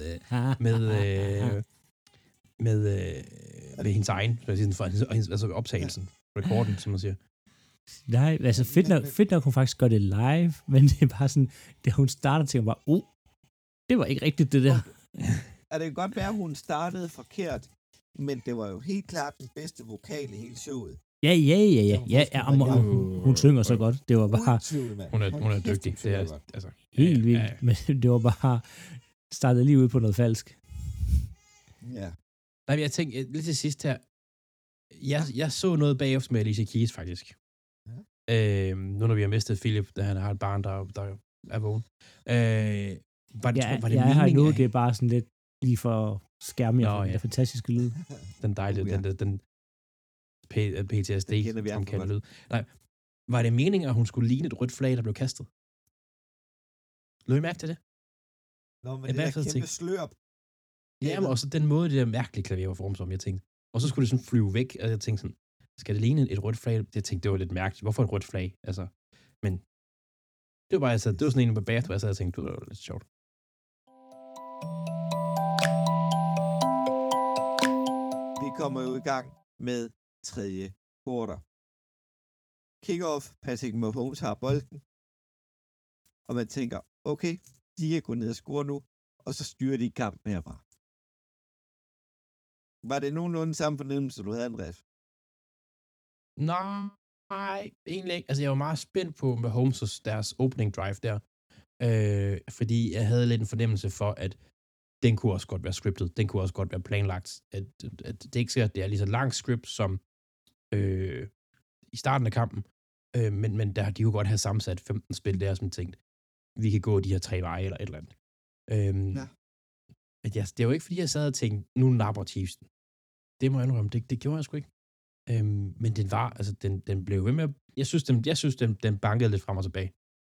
S3: med hendes egen, altså optagelsen, recorden, som man siger.
S1: Nej, altså fedt nok, hun faktisk gør det live, men det er bare sådan, da hun starter til, bare, det var ikke rigtigt det der.
S2: Det kan godt være, at hun startede forkert, men det var jo helt klart den bedste vokal i hele showet.
S1: Ja, hun synger så godt. Det var bare...
S3: Hun er dygtig. Det er
S1: altså helt vildt, men det var bare startet lige ud på noget falsk.
S2: Ja.
S3: Nej, men jeg tænkte lidt til sidst her. Jeg så noget bagefter med Alicia Keys, faktisk.
S2: Ja.
S3: Nu når vi har mistet Philip, da han har et barn, der er vågen. Var det
S1: Jeg er her
S3: meningen,
S1: nu,
S3: at-
S1: det er bare sådan lidt lige for at skærme jer
S3: Nå,
S1: for den
S3: ja.
S1: der fantastiske lyd.
S3: Den dejlige,
S2: Ja.
S3: den PTSD,
S2: Den kender vi
S3: som
S2: alt for
S3: kan
S2: godt.
S3: lyd. Nej, var det meningen, at hun skulle ligne et rødt flag, der blev kastet? Lød I mærke til det?
S2: Nå, men
S3: Jeg
S2: det
S3: i
S2: der
S3: hvert fald
S2: kæmpe
S3: tænkt-
S2: slørp.
S3: Ja, men også den måde, det der mærkelige klaver var formet som, jeg tænkte. Og så skulle det sådan flyve væk, og jeg tænkte sådan, skal det ligne et rødt flag? Jeg tænkte, det var lidt mærkeligt. Hvorfor et rødt flag? Altså, men det var bare, altså, det var sådan en på bagefter, hvor jeg sad og tænkte, det var lidt sjovt.
S2: Vi kommer jo i gang med tredje quarter. Kick-off, Patrick Mahomes har bolden, og man tænker, okay, de kan gå ned og score nu, og så styrer de kampen herfra. Var det nogenlunde samme fornemmelse, du havde, Andreas?
S3: Nej, egentlig ikke. Altså, jeg var meget spændt på Mahomes' deres opening drive der. Fordi jeg havde lidt en fornemmelse for, at den kunne også godt være scriptet. Den kunne også godt være planlagt. At det er ikke sikkert, at det er lige så langt script som i starten af kampen. Men der har de jo godt have sammensat 15 spil der, som tænkt, vi kan gå de her 3 veje eller et eller andet.
S2: Ja.
S3: Det er jo ikke, fordi jeg sad og tænkte, nu napper Chiefs den. Det må jeg indrømme, det gjorde jeg sgu ikke. Men den var, altså den blev ved med, jeg synes den bankede lidt frem og tilbage.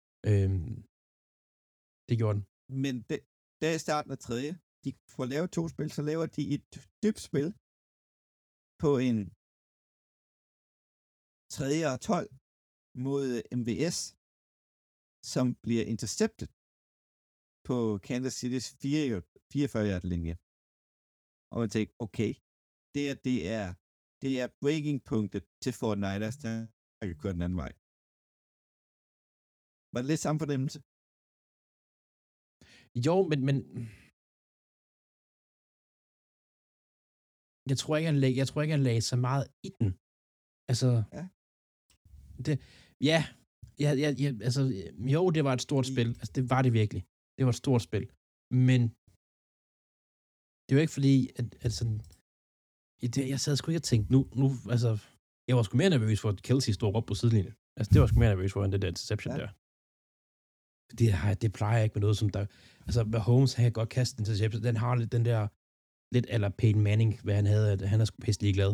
S3: Det gjorde den.
S2: Men der i starten af tredje, de får lavet 2 spil, så laver de et dybt spil på en 3. og 12 mod MVS, som bliver interceptet på Kansas City's 44-yard-linje. Og man tænker, okay, det er breaking-punktet til Fort Niners, der kan køre den anden vej. Var det lidt samme fornemmelse?
S3: Jo, men jeg tror ikke, jeg lagde så meget i den. Altså,
S2: Ja.
S3: Altså, jo, det var et stort spil. Altså, det var det virkelig. Det var et stort spil. Men det var ikke fordi, at sådan, jeg sad sgu ikke og tænkte, nu, altså, jeg var sgu mere nervøs for, at Kelsey stod op på sidelinjen. Altså, det var sgu mere nervøs for, end det der interception der. Det plejer ikke med noget, som der... Altså, Mahomes har godt kastet interception. Den har lidt den der... Lidt eller Peyton Manning, hvad han havde, at han er sgu pisse ligeglad.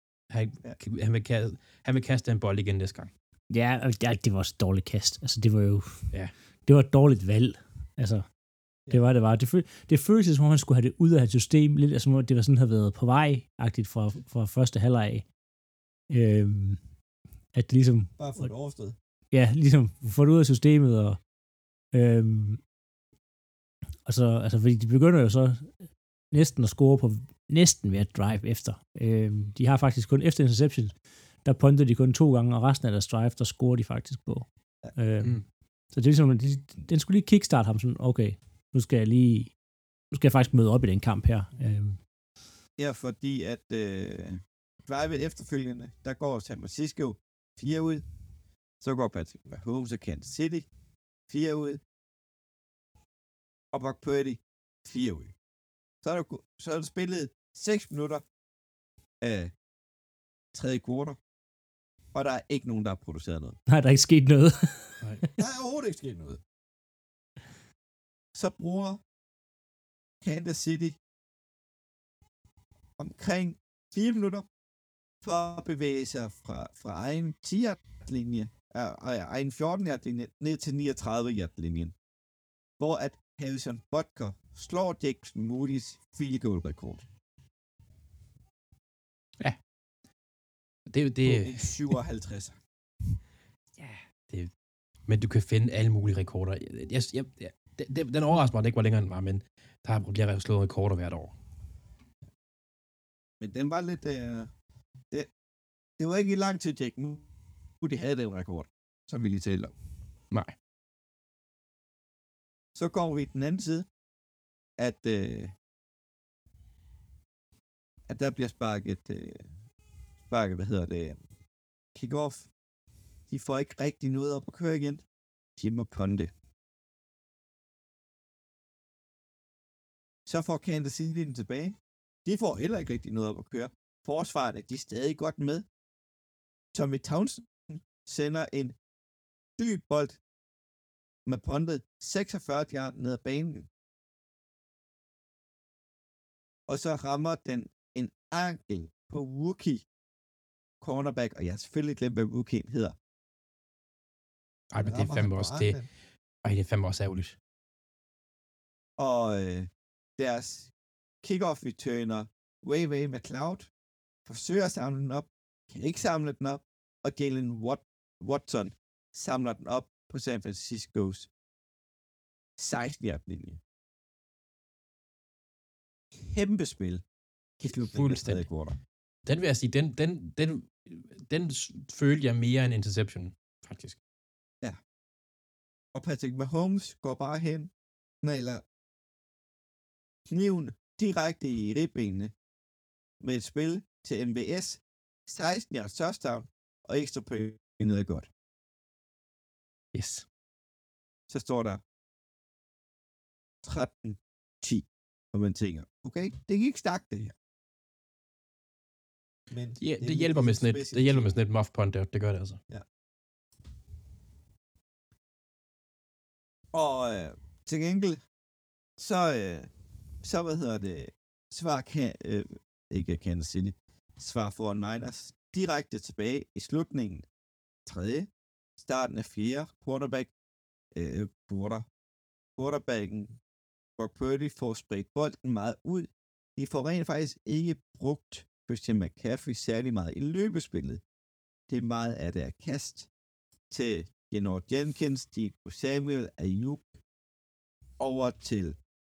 S3: Han vil kaste en bold igen næste gang.
S1: Ja, det var også et dårligt kast. Altså, det var jo...
S3: Ja.
S1: Det var et dårligt valg. Altså, det var det bare. Det føltes som om, han skulle have det ud af hans system. Lidt som om det var sådan, havde været på vej-agtigt fra første halvleg af. At det ligesom...
S2: Bare for det overstået.
S1: Ja, ligesom få det ud af systemet, og så, altså, fordi de begynder jo så næsten at score på næsten ved at drive efter. De har faktisk kun efter interception, der punter de kun 2 gange, og resten af deres drive, der scorer de faktisk på. Så det er ligesom, den skulle lige kickstart ham sådan, okay, nu skal jeg faktisk møde op i den kamp her.
S2: Ja, fordi at drive efterfølgende, der går San Francisco 4 ud, så går Patrick Mahomes og Kansas City 4 ud, og Brock Purdy 4 ud. Så er der spillet 6 minutter af tredje kvartal, og der er ikke nogen, der har produceret noget.
S1: Nej, der er ikke sket noget.
S2: Der er overhovedet ikke sket noget. Så bruger Kansas City omkring 4 minutter for at bevæge sig fra egen 10-yard-linje, egen 14-yard-linje, ned til 39-yard-linjen, hvor at Harrison Butker slår Jackson Moody's field goal rekord.
S3: Ja. Det
S2: på en 57'er.
S3: Ja, men du kan finde alle mulige rekorder. Den overrasker mig, at det ikke var længere end var, men der bliver slået rekorder hvert år.
S2: Men den var lidt... det var ikke lang tid, Jack Moody havde den rekord, som vi lige talte om.
S3: Nej.
S2: Så går vi den anden side, at der bliver sparket, kick-off. De får ikke rigtig noget op at køre igen. De må punte. Så får Kansas City den tilbage. De får heller ikke rigtig noget op at køre. Forsvaret er de stadig godt med. Tommy Townsend sender en dyb bold med puntet 46 yard ned ad banen. Og så rammer den en ankel på rookie cornerback, og jeg har selvfølgelig glemt, hvad rookien hedder.
S3: Ej, men det er fandme også det. Ej, det er fandme også ærgerligt.
S2: Og deres kickoff returner Way McLeod forsøger at samle den op, kan ikke samle den op, og Jalen Watson samler den op på San Franciscos 16-yard linje. Kæmpe spil.
S3: Fuldstændig. Den vil jeg sige, den følte jeg mere end interception, faktisk.
S2: Ja. Og Patrick Mahomes går bare hen, eller kniven direkte i ribbenene med et spil til MVS, 16 yards touchdown, og ekstra point er godt.
S3: Yes.
S2: Så står der 13-10, og man tænker, okay, det gik stærkt det her. Men
S3: ja, det hjælper med sådan et muff punt der, det gør det altså.
S2: Ja. Og til gengæld, så hvad hedder det, ikke Kansas City, svar for Niners direkte tilbage i slutningen 3. starten af 4. Quarterbacken Brock Purdy får spredt bolden meget ud. De får rent faktisk ikke brugt Christian McCaffrey særlig meget i løbespillet. Det er meget af det kast til Janoris Jenkins, Deebo Samuel, Ayuk, over til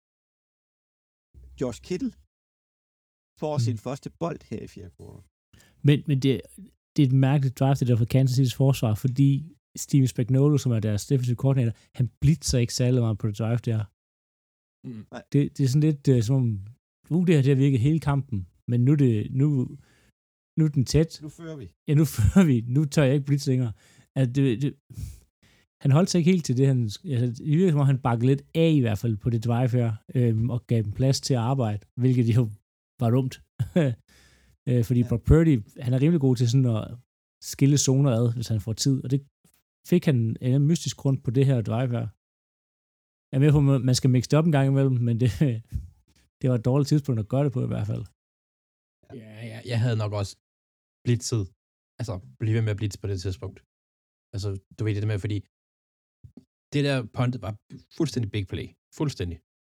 S2: Josh Kittle får sin første bold her i 4. kvartal.
S1: Men det er et mærkeligt drive, det der for Kansas City's forsvar, fordi Steven Spagnuolo, som er deres defensive coordinator, han blitzer ikke særlig meget på det drive der. Det er sådan lidt som om, det her det har virket hele kampen, men nu er den tæt.
S2: Nu fører vi.
S1: Ja, nu fører vi. Nu tør jeg ikke blitz længere. Altså, han holdt sig ikke helt til det, i virkeligheden må han bakke lidt af i hvert fald på det drive her, og gav dem plads til at arbejde, hvilket jo var dumt. Fordi Brock Purdy, han er rimelig god til sådan at skille zoner ad, hvis han får tid, og det fik han en mystisk grund på det her drive her. Jeg er med på, at man skal mixe det op en gang imellem, men det var et dårligt tidspunkt at gøre det på i hvert fald.
S3: Ja, jeg havde nok også blitzet, altså blive ved med at blitze på det tidspunkt. Altså, du ved det med, fordi det der punt var fuldstændig big play. Fuldstændig.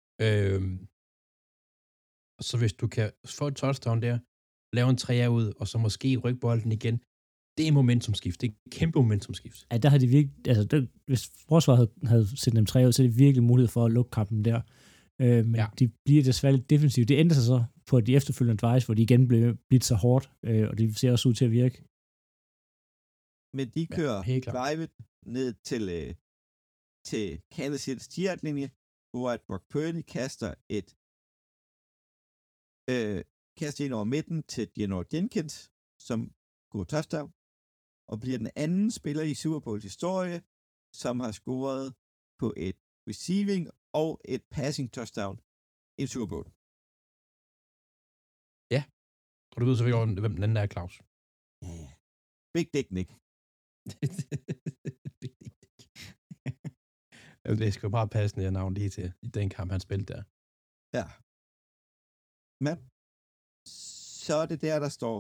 S3: Så hvis du kan få et touchdown der, lave en 3'er ud, og så måske rykke bolden igen, det er momentumskift. Det er et kæmpe momentumskift.
S1: Ja, der har de virkelig, altså hvis forsvaret havde sendt dem 3 ud, så er det virkelig mulighed for at lukke kampen der. Men de bliver desværre lidt defensivt. Det ændrer sig så på de efterfølgende drives, hvor de igen bliver så hårdt, og det ser også ud til at virke.
S2: Men de kører drivet ned til Kansas City's 10-linje, hvor at Brock Purdy kaster ind over midten til Janoris Jenkins, som går touchdown, og bliver den anden spiller i Super Bowls historie, som har scoret på et receiving og et passing touchdown i Super Bowl.
S3: Ja, og du ved selvfølgelig, hvem den anden er, Claus.
S2: Ja. Big Dick Nick.
S3: Big Dick Nick. Det skal jo bare passe ned navn lige til i den kamp, han spillede der.
S2: Ja. Men så er det der står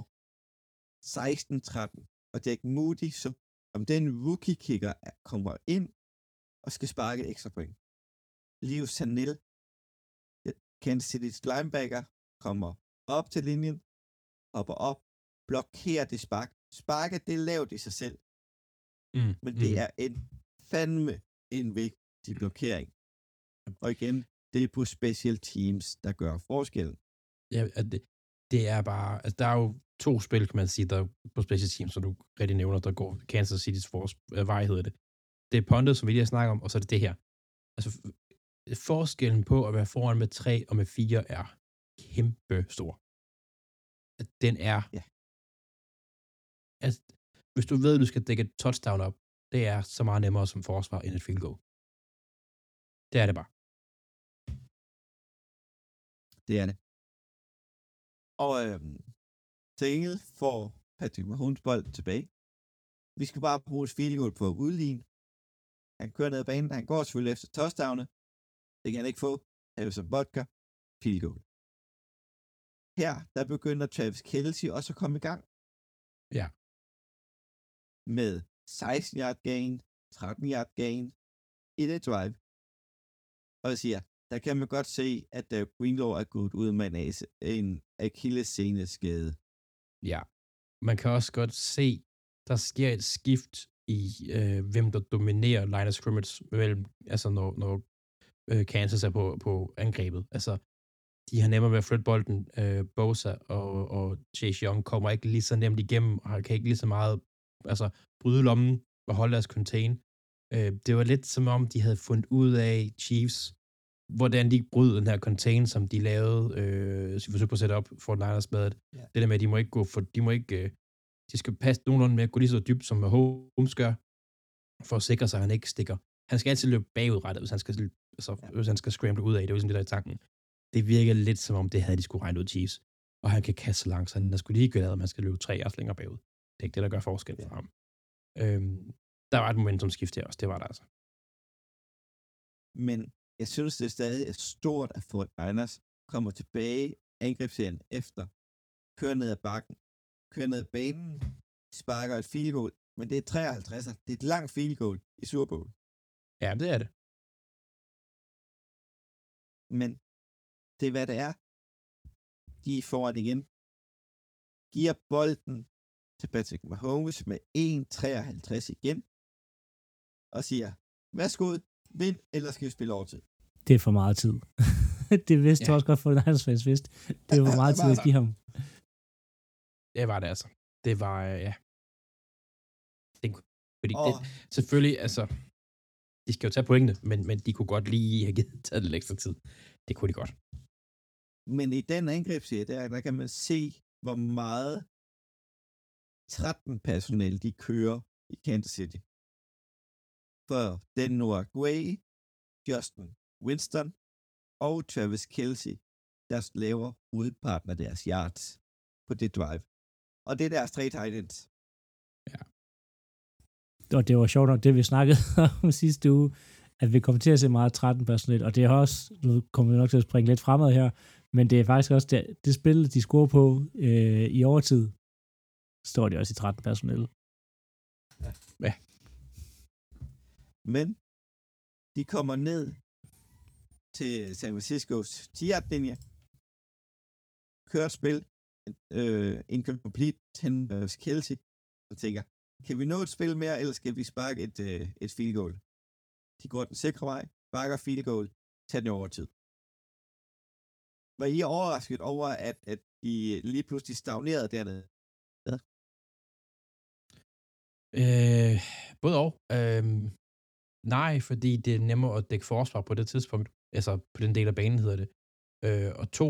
S2: 16-13, og Jack Moody, som den rookie-kicker kommer ind og skal sparke et ekstra point. Leo Sanel, Kansas City's linebacker, kommer op til linjen, hopper op, blokerer det spark. Sparket, det er lavt i sig selv. Men det er fandme en vigtig blokering. Og igen, det er på special teams, der gør forskellen.
S3: Ja, det er bare, altså der er jo 2 spil, kan man sige, der på special teams, som du rigtig nævner, der går Kansas City's vej, hedder det. Det er puntet, som vi lige har snakket om, og så er det det her. Altså, forskellen på at være foran med 3 og med 4 er kæmpe stor. Den er, altså, hvis du ved, at du skal dække et touchdown op, det er så meget nemmere som forsvar end et field goal. Det er det bare.
S2: Det er det. Og til gengæld får Patrick Mahomes bolden tilbage. Vi skal bare bruge et field goal på at udligne. Han kører ned ad banen. Han går selvfølgelig efter touchdowne. Det kan han ikke få. Harrison Butker. Field goal. Her, der begynder Travis Kelce også at komme i gang.
S3: Ja.
S2: Med 16 yard gain, 13 yard gain, i det drive. Og jeg siger, der kan man godt se, at Greenlaw er gået ud med en akillessene skade.
S3: Ja. Man kan også godt se, der sker et skift i, hvem der dominerer line of scrimmage, mellem, altså når Kansas er på angrebet. Altså, de har nemmere ved at flytte bolden. Bosa og Chase Young kommer ikke lige så nemt igennem, og kan ikke lige så meget bryde lommen og holde deres contain. Det var lidt som om, de havde fundet ud af Chiefs, hvordan de ikke brød den her contain, som de lavede, så vi forsøgte på at sætte op for Niners med. Yeah. Det der med, at de må ikke gå for, de skal passe nogenlunde med at gå lige så dybt, som Mahomes gør, for at sikre sig, at han ikke stikker. Han skal altid løbe bagudrettet, hvis han skal scramble ud af. Det er jo sådan det der i tanken. Det virker lidt som om, det havde de skulle regne ud Chiefs. Og han kan kaste så langt, så der skulle lige gøre, at man skal løbe 3 yards længere bagud. Det er ikke det, der gør forskel for ham. Der var et momentumskift her også, det var der altså.
S2: Men jeg synes, det er stadig stort, at Fort Niners kommer tilbage i angrebsserien efter, kører ned ad bakken, kører ned ad banen, sparker et field goal, men det er 53'er. Det er et langt field goal i Super Bowl.
S3: Ja, det er det.
S2: Men det er, hvad det er. De får det igen. Giver bolden til Patrick Mahomes med 1,53 igen, og siger, værsgo, vind, eller skal vi spille overtid?
S1: Det er for meget tid. Det vidste også godt for Niners fans vidste. Det er for meget tid at give ham.
S3: Det var det altså. Det var, ja. Selvfølgelig, altså, de skal jo tage pointene, men de kunne godt lige have taget lidt ekstra tid. Det kunne de godt.
S2: Men i den angrebsserie, der kan man se, hvor meget 13 personel de kører i Kansas City. For den Noah Gray, Justin Winston og Travis Kelce, der laver hovedparten af deres yards på det drive. Og det er deres 3 tight ends.
S3: Ja.
S1: Og det var sjovt nok, det vi snakkede om sidste uge, at vi kommer til at se meget 13 personel, og det er også, nu kommer vi nok til at springe lidt fremad her, men det er faktisk også det spil, de scorer på i overtid, står de også i 13 personel.
S3: Ja.
S2: Men de kommer ned til San Franciscos 10-yard-linje, kører et spil, incomplete til Kelce, og tænker, kan vi nå et spil mere, eller skal vi sparke et field goal? De går den sikre vej, sparker field goal, tager den i overtid. Var I overrasket over, at de lige pludselig stagnerede dernede? Ja.
S3: Både og. Nej, fordi det er nemmere at dække forsvar på det tidspunkt. Altså, på den del af banen hedder det. Og 2,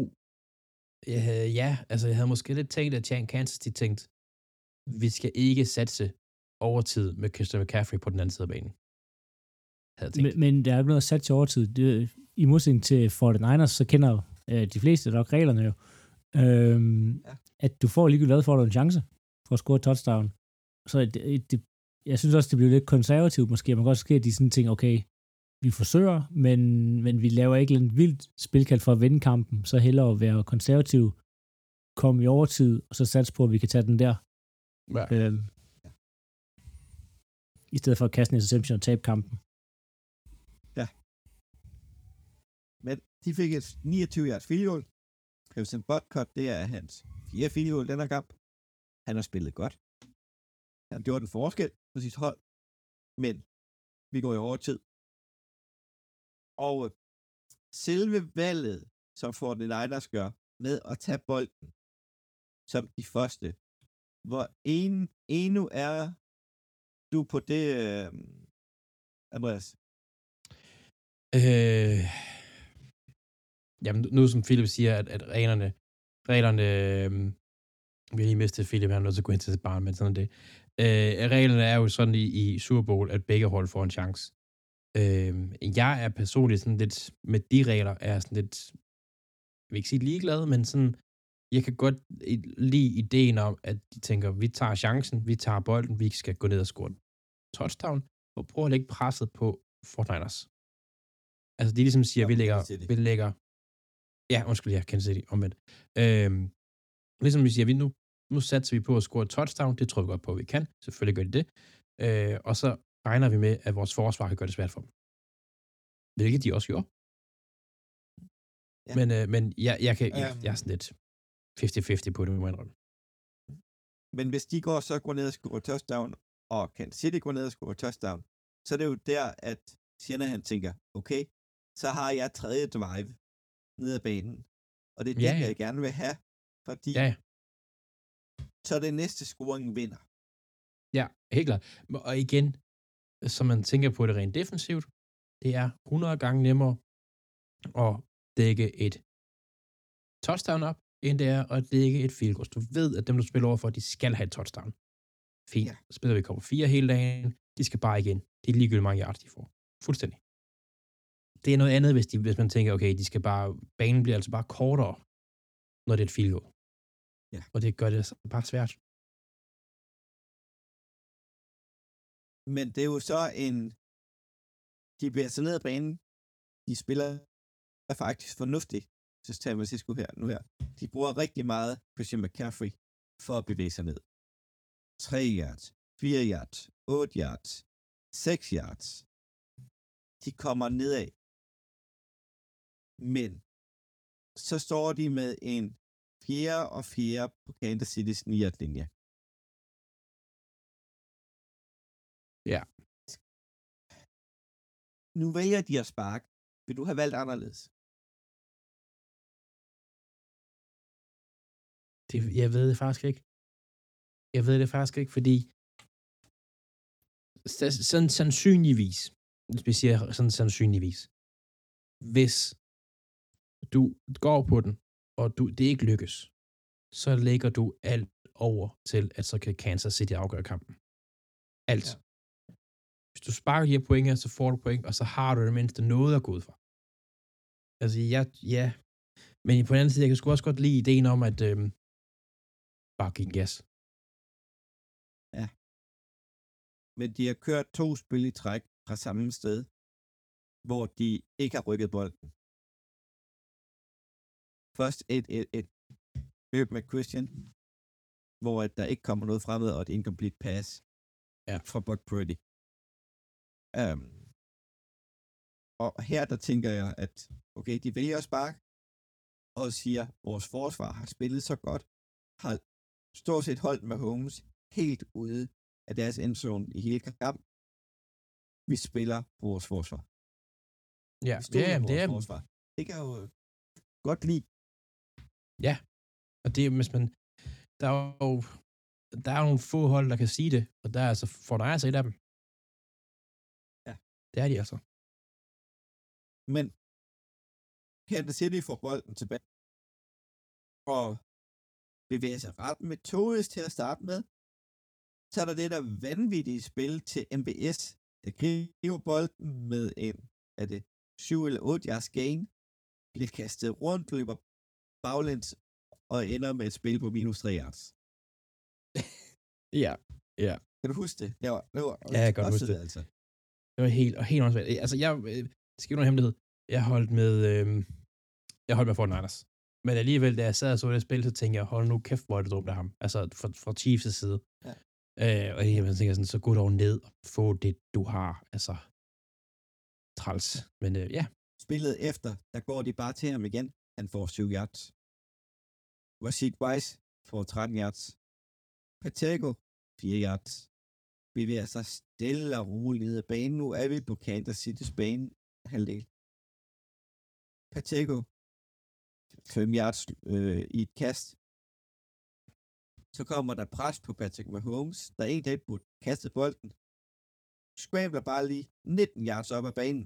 S3: jeg havde måske lidt tænkt, at Kansas, de tænkte, vi skal ikke satse overtid med Christian McCaffrey på den anden side af banen.
S1: Men der er ikke noget at satse overtid. I modsætning til 49ers, så kender de fleste nok reglerne jo. At du får ligegyldigt hvad, får du en chance for at score et touchdown. Så jeg synes også, det bliver lidt konservativt måske. Man kan også ske, at de sådan tænker, okay, vi forsøger, men vi laver ikke et vildt spilkald for at vinde kampen, så hellere være konservativ, komme i overtid, og så satse på, at vi kan tage den der.
S3: Ja.
S1: I stedet for at kaste en interception og tabe kampen.
S2: Ja. Men de fik et 29 yards field goal. Harrison Butker, det er hans 4 field goal den her kamp. Han har spillet godt. Han gjorde en forskel på sit hold. Men vi går i overtid. Og selve valget, som 49ers gør, med at tage bolden som de første, hvor endnu er du på det, Andreas?
S3: Jamen, nu som Philip siger, at reglerne vi har lige mistet Philip, han er nødt til at gå hen til sit barn, men sådan er det. Reglerne er jo sådan i Super Bowl, at begge hold får en chance. Jeg er personligt sådan lidt, med de regler, er sådan lidt, jeg vil ikke sige ligeglad, men sådan, jeg kan godt lide ideen om, at de tænker, vi tager chancen, vi tager bolden, vi skal gå ned og score en touchdown, og prøve at lægge presset på 49ers. Altså, de ligesom siger, vi lægger, ja, undskyld, ja, Kansas City, omvendt. Ligesom vi siger, nu satser vi på at score et touchdown, det tror vi godt på, at vi kan, selvfølgelig gør de det, og så regner vi med, at vores forsvar kan gøre det svært for dem. Hvilket de også gjorde. Ja. Men jeg er sådan lidt 50-50 på det, må jeg indrømme.
S2: Men hvis de går ned og scorer touchdown, og Kansas City går ned og scorer touchdown, så er det jo der, at Shanahan tænker, okay, så har jeg tredje drive ned ad banen, og det er det, jeg gerne vil have, fordi så det næste scoring vinder.
S3: Ja, helt klart. Og igen, så man tænker på det rent defensivt, det er 100 gange nemmere at dække et touchdown op, end det er at dække et field goal. Du ved, at dem, du spiller overfor, de skal have et touchdown. Fint. Ja. Så spiller vi cover 4 hele dagen. De skal bare igen. Det er ligegyldigt mange yards, de får. Fuldstændig. Det er noget andet, hvis man tænker, okay, banen bliver altså bare kortere, når det er et field goal.
S2: Ja.
S3: Og det gør det bare svært.
S2: Men det er jo så de bliver så ned ad banen. De spiller er faktisk fornuftigt. Så tager man sidst nu her. De bruger rigtig meget Christian McCaffrey for at bevæge sig ned. 3 yards, 4 yards, 8 yards, 6 yards. De kommer nedad. Men så står de med en 4 og 4 på Kansas City's 9-linje.
S3: Ja.
S2: Nu vælger de at sparke. Vil du have valgt anderledes?
S3: Jeg ved det faktisk ikke. Fordi sådan sandsynligvis, hvis vi siger sådan sandsynligvis, hvis du går på den, og det ikke lykkes, så lægger du alt over til, at så kan Kansas City afgøre kampen. Alt. Ja. Hvis du sparker de her point, så får du point, og så har du det mindste noget at gå ud fra. Altså, ja. Men på den anden side, jeg kan sgu også godt lide ideen om, at bare give en gas.
S2: Ja. Men de har kørt 2 spil i træk fra samme sted, hvor de ikke har rykket bolden. Først et løb med Christian, hvor der ikke kommer noget fremad, og et incomplete pass fra Brock Purdy. Og her der tænker jeg, at okay, de vælger at sparke, og siger, at vores forsvar har spillet så godt, har stort set holdt med Holmes helt ude af deres endzone i hele kampen. Vi spiller på vores forsvar.
S3: Ja,
S2: det er forsvar. Det kan jo godt lide.
S3: Ja, og det er, hvis man, der er nogle få hold, der kan sige det, og der er altså, for der er altså et af dem.
S2: Ja.
S3: Det er de altså.
S2: Men Kansas City får bolden tilbage, og bevæger sig ret metodisk til at starte med. Så er der det der vanvittige spil til MBS, der griber bolden med en, er det 7 eller 8 yards gain, bliver kastet rundt, løber baglæns, og ender med et spil på minus 3 yards.
S3: Ja.
S2: Kan du huske det? Det var
S3: ja, jeg kan godt huske det. Altså. Det var helt åndssvagt. Altså, jeg skal ikke nogen hemmelighed. Jeg holdt med Fort Niners. Men alligevel, da jeg sad og så det spil, så tænkte jeg, hold nu kæft, hvor er det dumt af ham. Altså, fra Chiefs' side. Ja. Og jeg tænker sådan, så gå dog ned og få det, du har. Altså, træls. Men ja.
S2: Spillet efter, der går de bare til ham igen. Han får 7 yards. Rashid Rice får 13 yards. Pacheco, 4 yards. Bevæger sig stille og roligt ned ad banen. Nu er vi på Kansas City's bane halvdel. Pacheco, 5 yards i et kast. Så kommer der pres på Patrick Mahomes, der egentlig burde kaste bolden. Scrambler bare lige 19 yards op ad banen.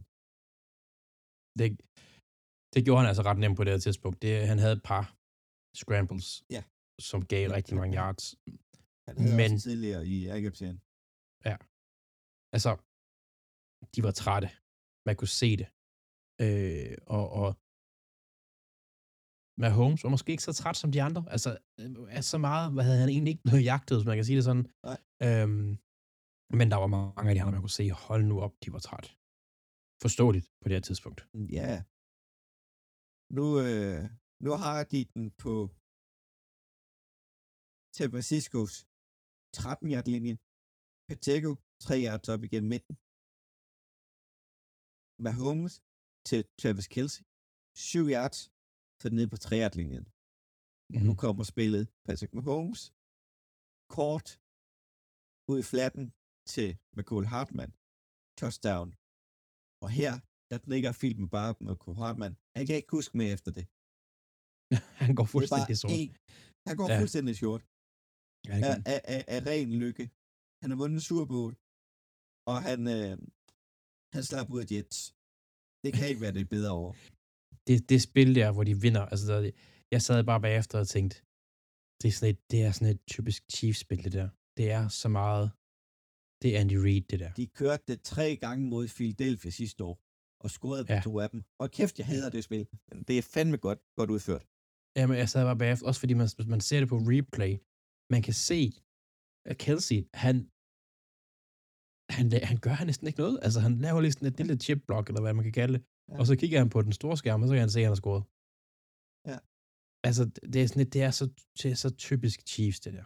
S3: Det gjorde han altså ret nemt på det her tidspunkt. Han havde et par scrambles, som gav rigtig mange yards.
S2: Han havde også tidligere i AGF-serien.
S3: Ja. Altså, de var trætte. Man kunne se det. Og Mahomes var måske ikke så træt som de andre. Altså, så meget havde han egentlig ikke noget jagtet, hvis man kan sige det sådan.
S2: Nej.
S3: Men der var mange af de andre, man kunne se, hold nu op, de var træt. Forståeligt på det her tidspunkt.
S2: Ja. Nu har de den på San Franciscos 13-yard-linje. Pacheco 3 yards op igennem midten. Mahomes til Travis Kelce 7 yards, så ned på 3-yard-linjen. Nu kommer spillet Patrick Mahomes kort ud i flatten til Mecole Hardman. Touchdown. Og her, der ligger filmen bare med Mecole Hardman. Han kan ikke huske mere efter det.
S3: Han går fuldstændig sort.
S2: Han går fuldstændig sort.
S3: Ja,
S2: af ren lykke. Han har vundet Super Bowl, og han slap ud af Jets. Det kan ikke være det bedre over.
S3: Det spil der, hvor de vinder, altså jeg sad bare bagefter og tænkte, det er sådan et typisk Chiefs-spil, det der. Det er så meget, det er Andy Reid, det der.
S2: De kørte det 3 gange mod Philadelphia sidste år, og scorede på 2 af dem. Og kæft, jeg hader det spil. Det er fandme godt udført.
S3: Jamen, jeg sad bare bagefter, også fordi man ser det på replay. Man kan se, at Kelce, han gør næsten ikke noget. Altså, han laver lige sådan et lille chip-block, eller hvad man kan kalde det. Ja. Og så kigger han på den store skærm, og så kan han se, at han har scoret.
S2: Ja.
S3: Altså, det er så typisk Chiefs, det der.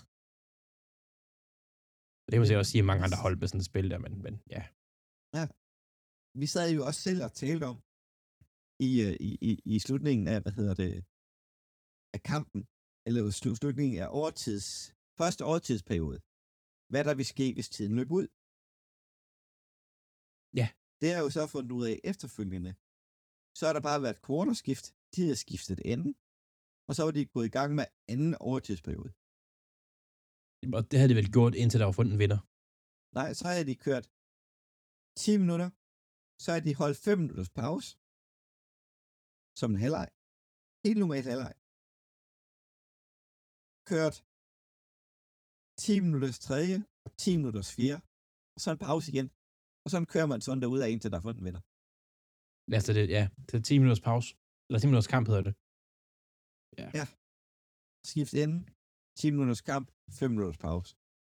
S3: Det må jeg også sige, at mange andre hold med sådan et spil der, men ja.
S2: Ja. Vi sad jo også selv og talte om, i slutningen af, af kampen, eller slutningen af første overtidsperiode, hvad der vil ske, hvis tiden løb ud.
S3: Ja.
S2: Det er jo så fundet ud af efterfølgende. Så har der bare været quarterskift, de havde skiftet enden, og så var de gået i gang med anden overtidsperiode.
S3: Og det havde de vel gjort, indtil der var fundet en vinder?
S2: Nej, så havde de kørt 10 minutter, så havde de holdt 5 minutters pause, som en halvleg. Helt normalt halvleg. Kørt 10 minutters tredje, og 10 minutters fjerde, og så en pause igen. Og så kører man sådan derude af indtil der er fundet en vinder.
S3: Altså det er 10 minutters pause. Eller 10 minutters kamp hedder det.
S2: Ja. Skift enden, 10 minutters kamp, 5 minutters pause.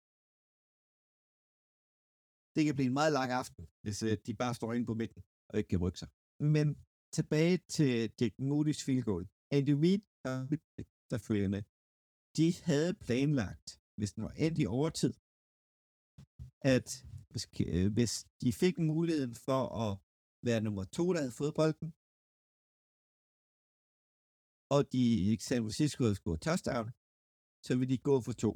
S2: Det kan blive en meget lang aften, hvis de bare står inde på midten og ikke kan rykke sig. Men tilbage til Jake Moody's field goal. Andy Reid og efterfølgende, de havde planlagt, hvis den var endt i overtid, at hvis de fik muligheden for at være nummer 2, der havde fået bolden, og de i San Francisco havde scoret touchdown, så vil de gå for 2.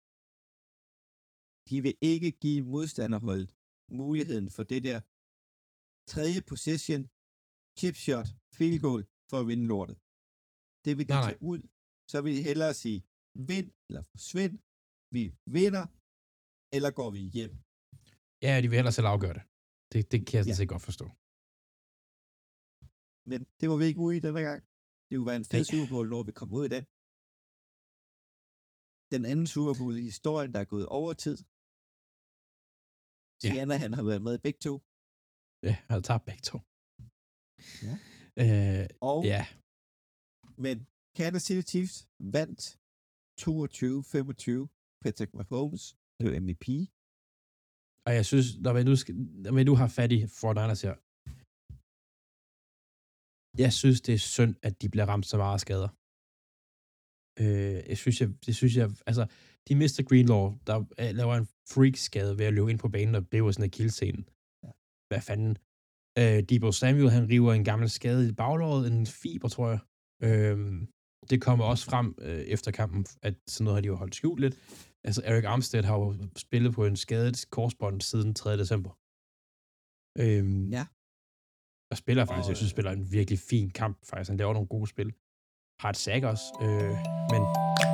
S2: De vil ikke give modstanderholdet muligheden for det der 3. possession, chip shot, field goal for at vinde lortet. Det vil de tage ud. Så vil de hellere sige, vind eller forsvind, vi vinder, eller går vi hjem.
S3: Ja, de vil hellere selv afgøre det. Det kan jeg sådan set godt forstå.
S2: Men det var vi ikke ude i denne gang. Det ville være en fed Super Bowl, når vi kom ud i den. Den anden Super Bowl i historien, der er gået over tid. Sienna, han har været med i begge 2.
S3: Ja, han har tabt begge 2.
S2: Ja.
S3: Ja.
S2: Men Kansas City Chiefs vandt 22-25. Patrick Mahomes blev MVP.
S3: Og jeg synes, når vi nu har fat i 49ers her, jeg synes, det er synd, at de bliver ramt så meget af skader. Det synes jeg, altså, de mister Greenlaw, der laver en freak-skade ved at løbe ind på banen og bliver sådan en kildscene.
S2: Ja.
S3: Hvad fanden? Deebo Samuel, han river en gammel skade i baglåret, en fiber, tror jeg. Det kommer også frem efter kampen, at sådan noget har de jo holdt skjult lidt. Altså, Eric Armstead har jo spillet på en skadet korsbånd siden 3. december.
S2: Ja.
S3: Og spiller faktisk, jeg synes, spiller en virkelig fin kamp, faktisk. Han laver nogle gode spil. Har et sack også, men...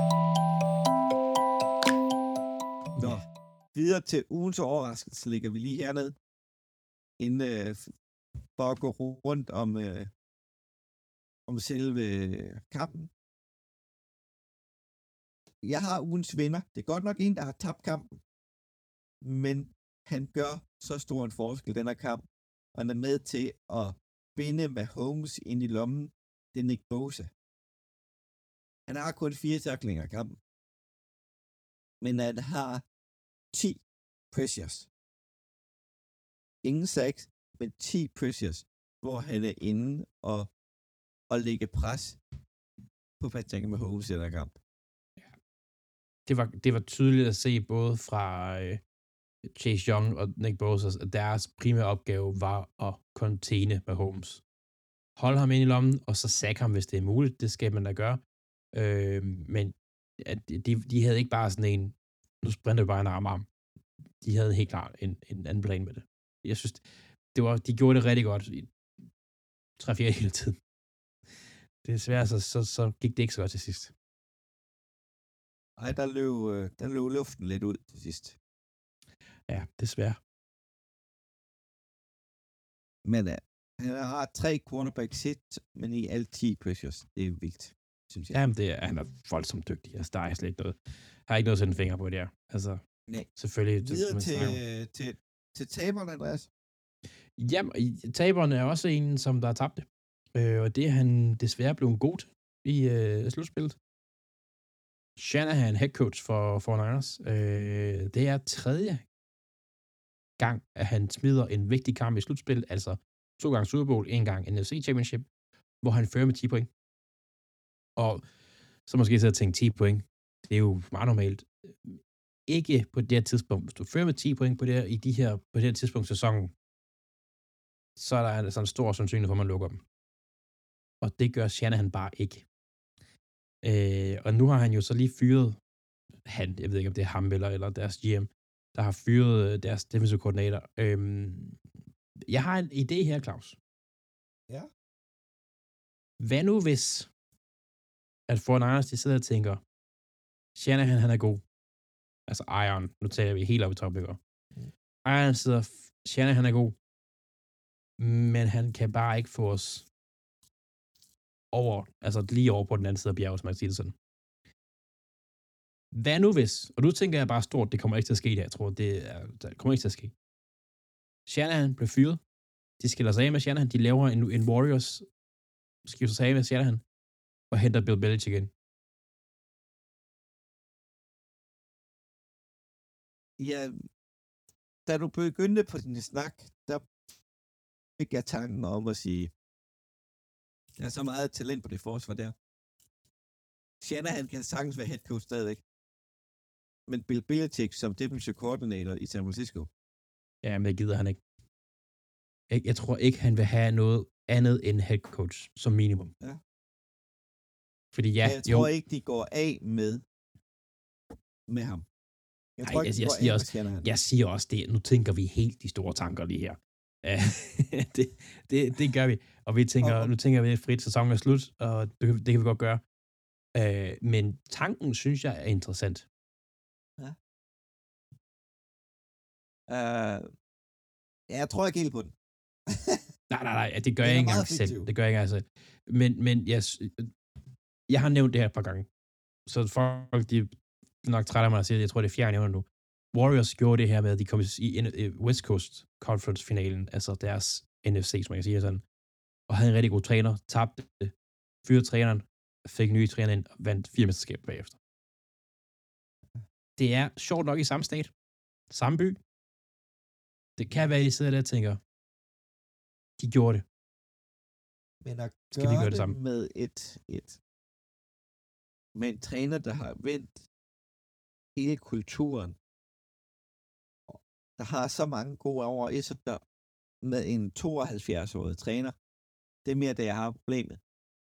S2: Nå, videre til ugens overraskelse, ligger vi lige hernede. Inden for at gå rundt om selve kampen. Jeg har ugens vinder. Det er godt nok en, der har tabt kampen. Men han gør så stor en forskel, den her kamp. Og han er med til at binde Mahomes ind i lommen. Det er Nick Bosa. Han har kun 4 tacklinger i kampen. Men han har 10 pressures. Ingen sacks, men 10 pressures, hvor han er inde og lægge pres på Patrick Mahomes i den kamp.
S3: Det var tydeligt at se både fra Chase Young og Nick Bosa, at deres primære opgave var at containe Mahomes. Holde ham ind i lommen, og så sack ham, hvis det er muligt. Det skal man da gøre. Men de havde ikke bare sådan en, nu sprinter vi bare en arm. De havde helt klart en anden plan med det. Jeg synes, de gjorde det rigtig godt i 3/4 hele tiden. Det er svært, så gik det ikke så godt til sidst.
S2: Ej, der løb luften lidt ud til sidst.
S3: Ja, desværre.
S2: Men han har 3 cornerback sit, men i alle 10 pressures. Det er vildt, synes jeg.
S3: Jamen, han er voldsomt dygtig. Altså, der er slet ikke noget. Jeg har ikke noget at sætte en finger på det her. Altså,
S2: nej.
S3: Selvfølgelig.
S2: Videre til taberen, Andreas.
S3: Jamen, taberen er også en, som der har tabt det. Og det er han desværre blevet god til i slutspillet. Shanahan, head coach for Niners. Det er 3. gang, at han smider en vigtig kamp i slutspillet, altså 2 gange Super Bowl, 1 gang NFC Championship, hvor han fører med 10 point. Og så måske så tænke 10 point. Det er jo meget normalt. Ikke på det her tidspunkt. Hvis du fører med 10 point på det her tidspunkt i sæsonen, så er der altså en stor sandsynlighed for, at man lukker dem. Og det gør Shanahan bare ikke. Og nu har han jo så lige fyret jeg ved ikke, om det er ham eller deres GM, der har fyret deres defensive koordinator. Jeg har en idé her, Claus.
S2: Ja.
S3: Hvad nu hvis, at for Niners, de sidder og tænker, Shanahan, han er god. Altså Iron, nu taler vi helt op i topikker. Iron sidder, Shanahan er god, men han kan bare ikke få os over, altså lige over på den anden side af bjerget, som jeg siger det sådan. Hvad nu hvis, og nu tænker jeg bare stort, det kommer ikke til at ske det, jeg tror, det kommer ikke til at ske. Shanahan blev fyret, de skiller sig af med Shanahan, de laver en Warriors, skifter sig af med Shanahan, og henter Bill Belichick igen.
S2: Ja, da du begyndte på din snak, der fik jeg tanken om at sige, der er så meget talent på det forsvar der. Shanahan kan sagtens være head coach stadigvæk. Men Bill Belichick som defensive coordinator i San Francisco.
S3: Ja, men det gider han ikke. Jeg tror ikke, han vil have noget andet end head coach som minimum.
S2: Ja.
S3: Fordi
S2: jeg tror ikke, de går af med ham.
S3: Jeg siger også det. Nu tænker vi helt de store tanker lige her. det gør vi. Og vi tænker, nu tænker vi, at frit sæson er slut, og det kan vi godt gøre. Men tanken, synes jeg, er interessant.
S2: Ja. Jeg tror ikke helt på den.
S3: nej, det gør jeg ikke engang selv. Det gør jeg ikke engang selv. Men jeg har nævnt det her et par gange. Så folk, de nok træt af mig at sige, jeg tror, det er 4. nævner nu. Warriors gjorde det her med, at de kom i West Coast Conference-finalen, altså deres NFC, som man kan sige sådan, og havde en rigtig god træner, tabte det, fyrede træneren, fik nye træner ind, og vandt 4 mesterskaber bagefter. Det er sjovt nok i samme stat, samme by. Det kan være, at I sidder der og tænker, de gjorde det.
S2: Men at
S3: skal vi gøre det samme?
S2: Med med en træner, der har vendt hele kulturen, der har så mange gode år i sig, der med en 72-årig træner, det er mere det, jeg har problemet.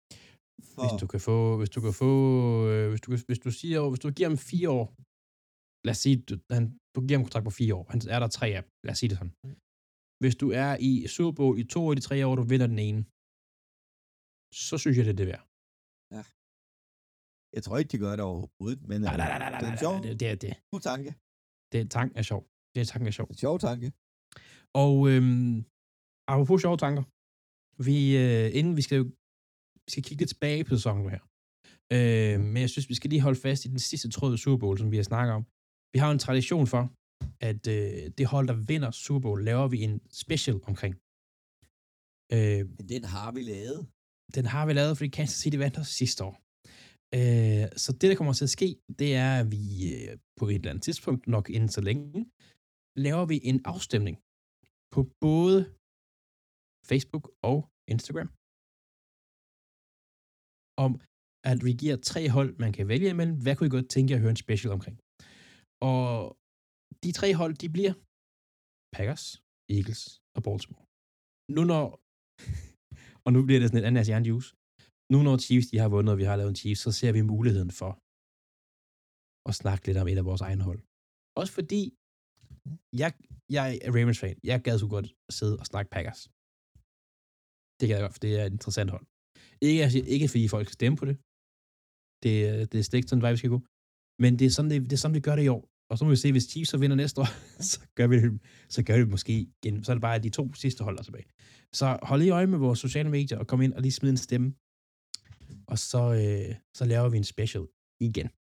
S3: Hvis du giver ham 4 år, lad os sige, du giver ham en kontrakt på 4 år, han er der 3 af, lad os sige det sådan. Hvis du er i Super Bowl i 2 af de 3 år, du vinder den ene, så synes jeg, det er det værd.
S2: Ja. Jeg tror ikke, de gør det overhovedet, men
S3: nej,
S2: det er en sjov tanke.
S3: Tanken er sjov. Det er tanken er sjov.
S2: En sjov tanke.
S3: Og apropos sjove tanker, inden vi skal kigge lidt tilbage på sæsonen her, men jeg synes, vi skal lige holde fast i den sidste tråd i Super Bowl, som vi har snakket om. Vi har en tradition for, at det hold, der vinder Super Bowl, laver vi en special omkring.
S2: Men den har vi lavet.
S3: Den har vi lavet, fordi Kansas City vandt os sidste år. Så det, der kommer til at ske, det er, at vi på et eller andet tidspunkt, nok inden så længe, laver vi en afstemning på både Facebook og Instagram, om at vi giver 3 hold, man kan vælge imellem. Hvad kunne I godt tænke jer at høre en special omkring? Og de 3 hold, de bliver Packers, Eagles og Baltimore. Nu når, og nu bliver det sådan et andet jernjuice, nu når Chiefs, de har vundet, og vi har lavet en Chiefs, så ser vi muligheden for at snakke lidt om et af vores egne hold. Også fordi, jeg er Ravens-fan. Jeg gad så godt sidde og snakke Packers. Det kan jeg godt, for det er et interessant hold. Ikke fordi folk skal stemme på det. Det er slet ikke sådan, vi skal gå. Men det er sådan, vi gør det i år. Og så må vi se, hvis Chiefs så vinder næste år, så gør vi det måske igen. Så er det bare de 2 sidste hold der tilbage. Så hold i øje med vores sociale medier, og kom ind og lige smid en stemme. Og så laver vi en special igen.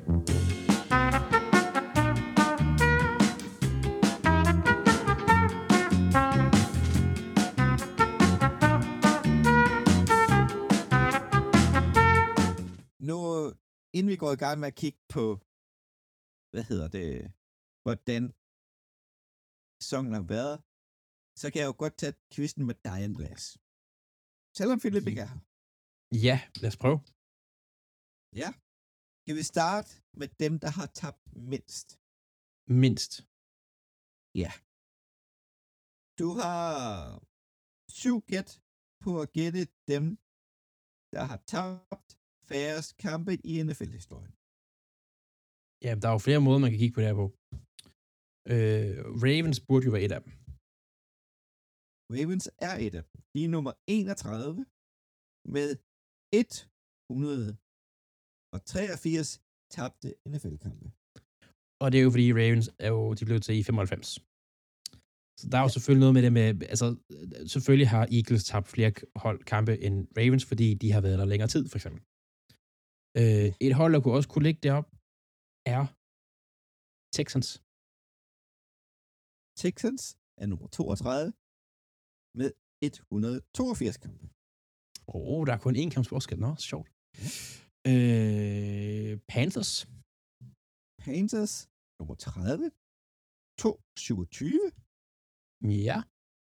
S2: Nu, inden vi går i gang med at kigge på, hvordan sæsonen har været, så kan jeg jo godt tage quizzen med dig, Andreas. Selvom Philip ikke er her.
S3: Ja, lad os prøve.
S2: Ja. Kan vi starte med dem, der har tabt mindst?
S3: Mindst.
S2: Ja. Du har 7 gæt på at gætte dem, der har tabt færrest kampe i NFL-historien.
S3: Ja, der er jo flere måder, man kan kigge på det her på. Ravens burde jo være et af dem.
S2: Ravens er et af dem. De er nummer 31 med 183 tabte NFL-kampe.
S3: Og det er jo fordi Ravens de blev til i 95. Så der er jo selvfølgelig noget med det med, altså selvfølgelig har Eagles tabt flere kampe end Ravens, fordi de har været der længere tid, for eksempel. Et hold, der kunne også kunne ligge derop, er Texans.
S2: Texans er nummer 32 med 182 kampe.
S3: Der er kun 1 kamps forskel. Nå, sjovt.
S2: Ja.
S3: Panthers.
S2: Panthers, nummer 30, 227.
S3: Ja.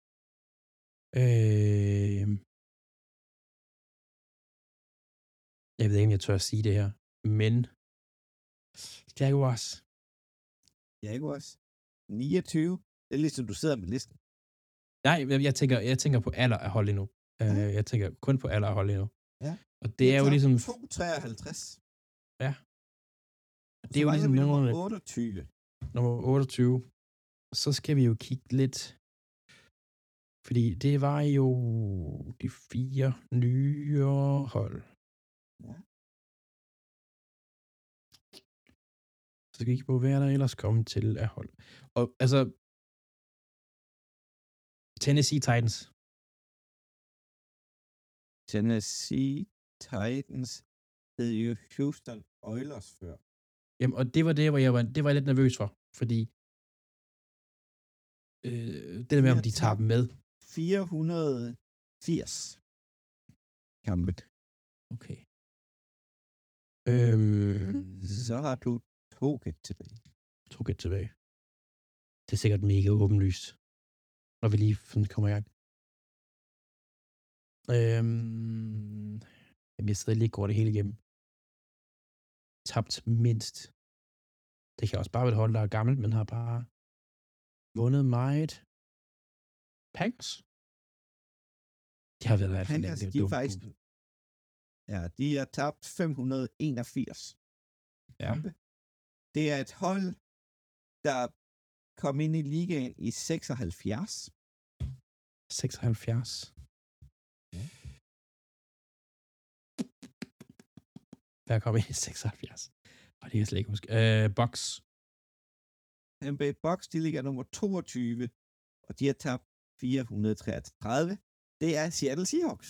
S3: Jeg ved ikke, om jeg tør at sige det her, men Jaguars.
S2: Jaguars, 29. Det er ligesom, du sidder med listen.
S3: Nej, jeg tænker på alder af hold endnu. Jeg tænker kun på alder af hold endnu.
S2: Ja.
S3: Og det er jo ligesom...
S2: 253.
S3: Ja. Det er jo ligesom
S2: nummer 28.
S3: Nummer 28. Så skal vi jo kigge lidt... Fordi det var jo de 4 nye hold.
S2: Ja.
S3: Så skal vi kigge på, hvad der ellers kommer til at hold. Og altså... Tennessee Titans.
S2: Tennessee Titans hed jo Houston Oilers før.
S3: Jamen, og det var det, hvor jeg var lidt nervøs for, fordi det der med, om de tager dem med.
S2: 480 kampe.
S3: Okay.
S2: Så har du 2 gæt tilbage.
S3: 2 gæt tilbage. Det er sikkert mega åbenlyst, når vi lige kommer i gang. Jeg sidder lige går det hele igennem. Tabt mindst. Det kan også bare være et hold, der er gammelt, men har bare vundet meget. Packers? De har været
S2: Packers, de er faktisk... Ja, de har tabt 581 kampe. Det er et hold, der kom ind i ligaen i 76.
S3: 76.
S2: Ja.
S3: Hvad kom ind i 76? Og det kan jeg slet ikke huske. Bucks.
S2: Tampa Bay Bucks, de ligger nummer 22, og de har tabt 433. Det er Seattle Seahawks.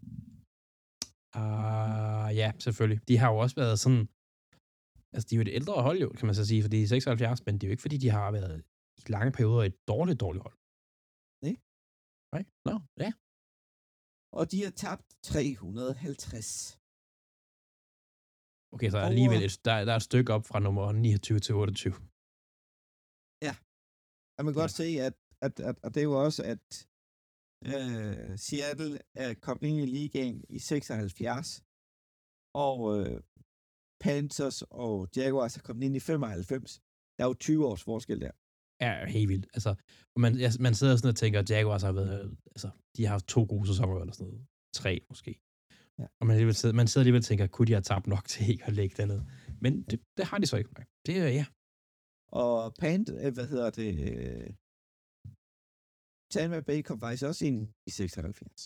S3: Ja, selvfølgelig. De har jo også været sådan... Altså, de er jo et ældre hold, jo, kan man så sige, fordi de er 76, men det er jo ikke, fordi de har været i lange perioder et dårligt hold.
S2: Nej.
S3: Nej? Nå, ja.
S2: Og de har tabt 350.
S3: Okay, så alligevel der er et stykke op fra nummer 29 til 28.
S2: Ja. Og man kan godt se, at det er jo også, at Seattle er kommet ind i ligaen i 76, og Panthers og Jaguars er kommet ind i 95. Der er jo 20 års forskel der.
S3: Ja, helt vildt. Altså, man sidder sådan og tænker, at Jaguars har været, altså, de har haft 2 gode sæsoner, eller sådan noget. 3 måske. Ja. Og man sidder alligevel og tænker, kunne de have tabt nok til ikke at lægge det ned? Men det har de så ikke. Det er, ja.
S2: Og Tampa Bay kom faktisk også ind i 76.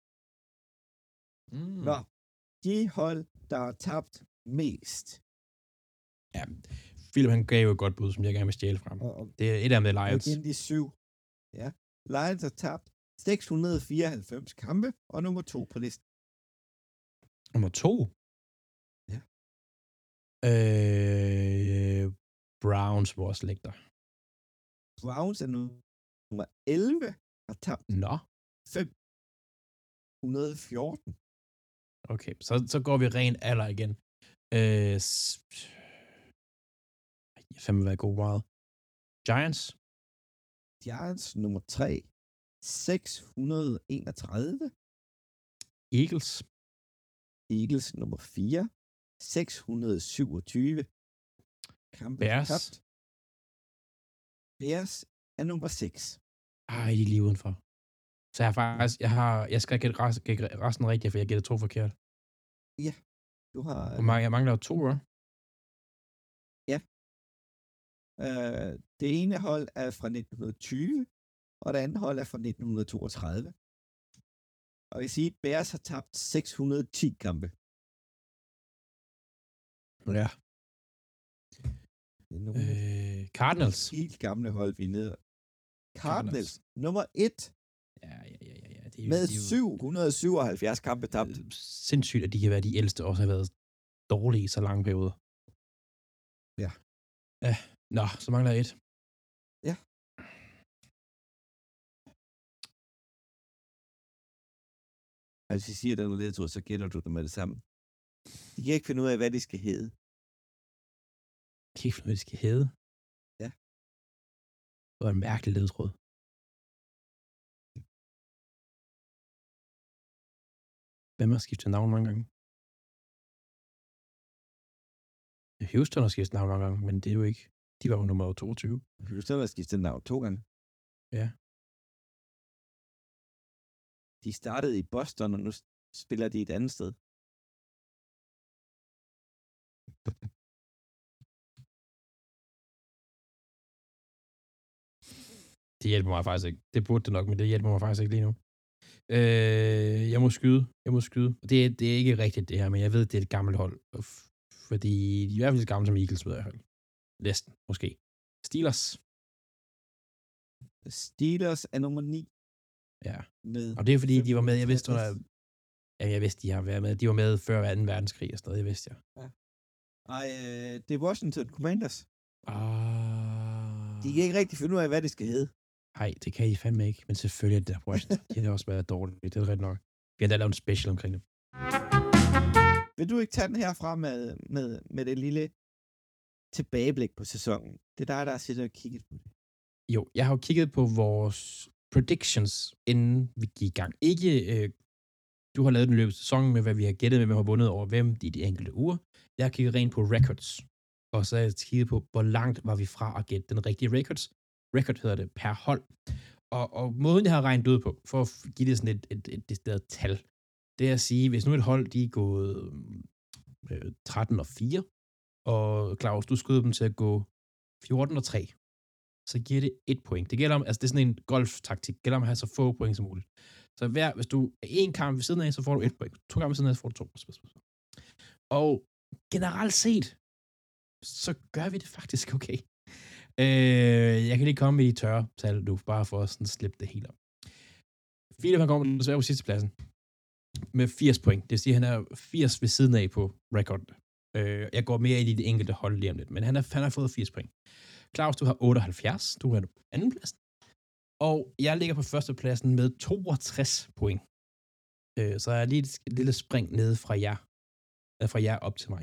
S2: Nå, de hold, der har tabt mest.
S3: Ja, Philip han gav jo et godt bud, som jeg gerne vil stjæle frem. Det er et af dem, Lions.
S2: Og igen de 7. Ja, Lions har tabt 694 kampe, og nummer 2 på listen.
S3: Nummer 2?
S2: Ja.
S3: Browns må også ligge der.
S2: Browns er nummer 11, har tabt 514.
S3: Okay, så går vi ren alder igen. Fandme været god meget.
S2: Giants nummer 3, 631. Eagles nummer 4, 627. Kampe tabt. Bears er nummer 6.
S3: Ej, de er lige udenfor. Så jeg skal gætte resten rigtigt, for jeg gætter 2 forkert.
S2: Ja, du har...
S3: Jeg mangler 2 år.
S2: Ja. Det ene hold er fra 1920, og det andet hold er fra 1932. Og jeg vil sige, at Bears har tabt 610 kampe.
S3: Ja. Cardinals.
S2: Helt gamle hold, vi er nede. Cardinals. Nummer 1.
S3: Ja.
S2: Med 777 kampe tabt.
S3: Sindssygt, at de kan være de ældste, også har været dårlige i så lange perioder.
S2: Ja.
S3: Ja. Nå, så mangler jeg 1.
S2: Ja. Hvis jeg siger, at der er noget ledetråd, så gætter du det med det samme. De kan ikke finde ud af, hvad de skal hedde.
S3: De kan ikke finde ud af, hvad de skal hedde?
S2: Ja.
S3: Det var en mærkelig ledetråd. Hvem har skiftet navn mange gange? Houston har skiftet navn mange gange, men det er jo ikke. De var jo nummer 22.
S2: Houston har skiftet navn 2 gange.
S3: Ja.
S2: De startede i Boston, og nu spiller de et andet sted.
S3: Det hjælper mig faktisk ikke. Det burde det nok, men det hjælper mig faktisk ikke lige nu. Jeg må skyde. Det er ikke rigtigt det her, men jeg ved, det er et gammelt hold. Fordi de er i hvert fald så gamle som Eagles, ved jeg hold. Næsten, måske.
S2: Steelers er nummer 9.
S3: Ja. Og det er fordi, de var med, jeg vidste, de har været med. De var med før 2. verdenskrig og sådan noget, jeg vidste jeg.
S2: Ja. Ej, det er Washington Commanders. De kan ikke rigtig finde ud af, hvad det skal hedde.
S3: Nej, det kan I fandme ikke, men selvfølgelig er det der Washington. De har også været dårligt, det er ret nok. Vi har endda lavet en special omkring det.
S2: Vil du ikke tage den herfra med det lille tilbageblik på sæsonen? Det er dig, der har siddet og kigget på det.
S3: Jo, jeg har jo kigget på vores predictions, inden vi gik i gang. Ikke, du har lavet den løbet sæsonen med, hvad vi har gættet med, hvem har vundet over hvem i de enkelte uger. Jeg har kigget rent på records, og så har jeg kigget på, hvor langt var vi fra at gætte den rigtige records. Record hedder det per hold. Og måden, jeg har regnet ud på, for at give det sådan et decideret tal, det er at sige, hvis nu et hold, de er gået 13 og 4, og Claus, du skød dem til at gå 14 og 3, så giver det 1 point. Det gælder om, altså det er sådan en golftaktik, det gælder om at have så få point som muligt. Så hvis du er en kamp ved siden af, så får du 1 point. 2 kampe ved siden af, så får du 2. Og generelt set, så gør vi det faktisk okay. Jeg kan lige komme med de tørre tal nu, bare for at sådan slippe det hele op. Philip, han kommer desværre på sidste pladsen med 80 point. Det vil sige, at han er 80 ved siden af på record. Jeg går mere ind i det enkelte hold lige om lidt, men han har fået 80 point. Claus, du har 78. Du er på anden pladsen. Og jeg ligger på første pladsen med 62 point. Så jeg er lige et lille spring nede fra jer op til mig, hedder det.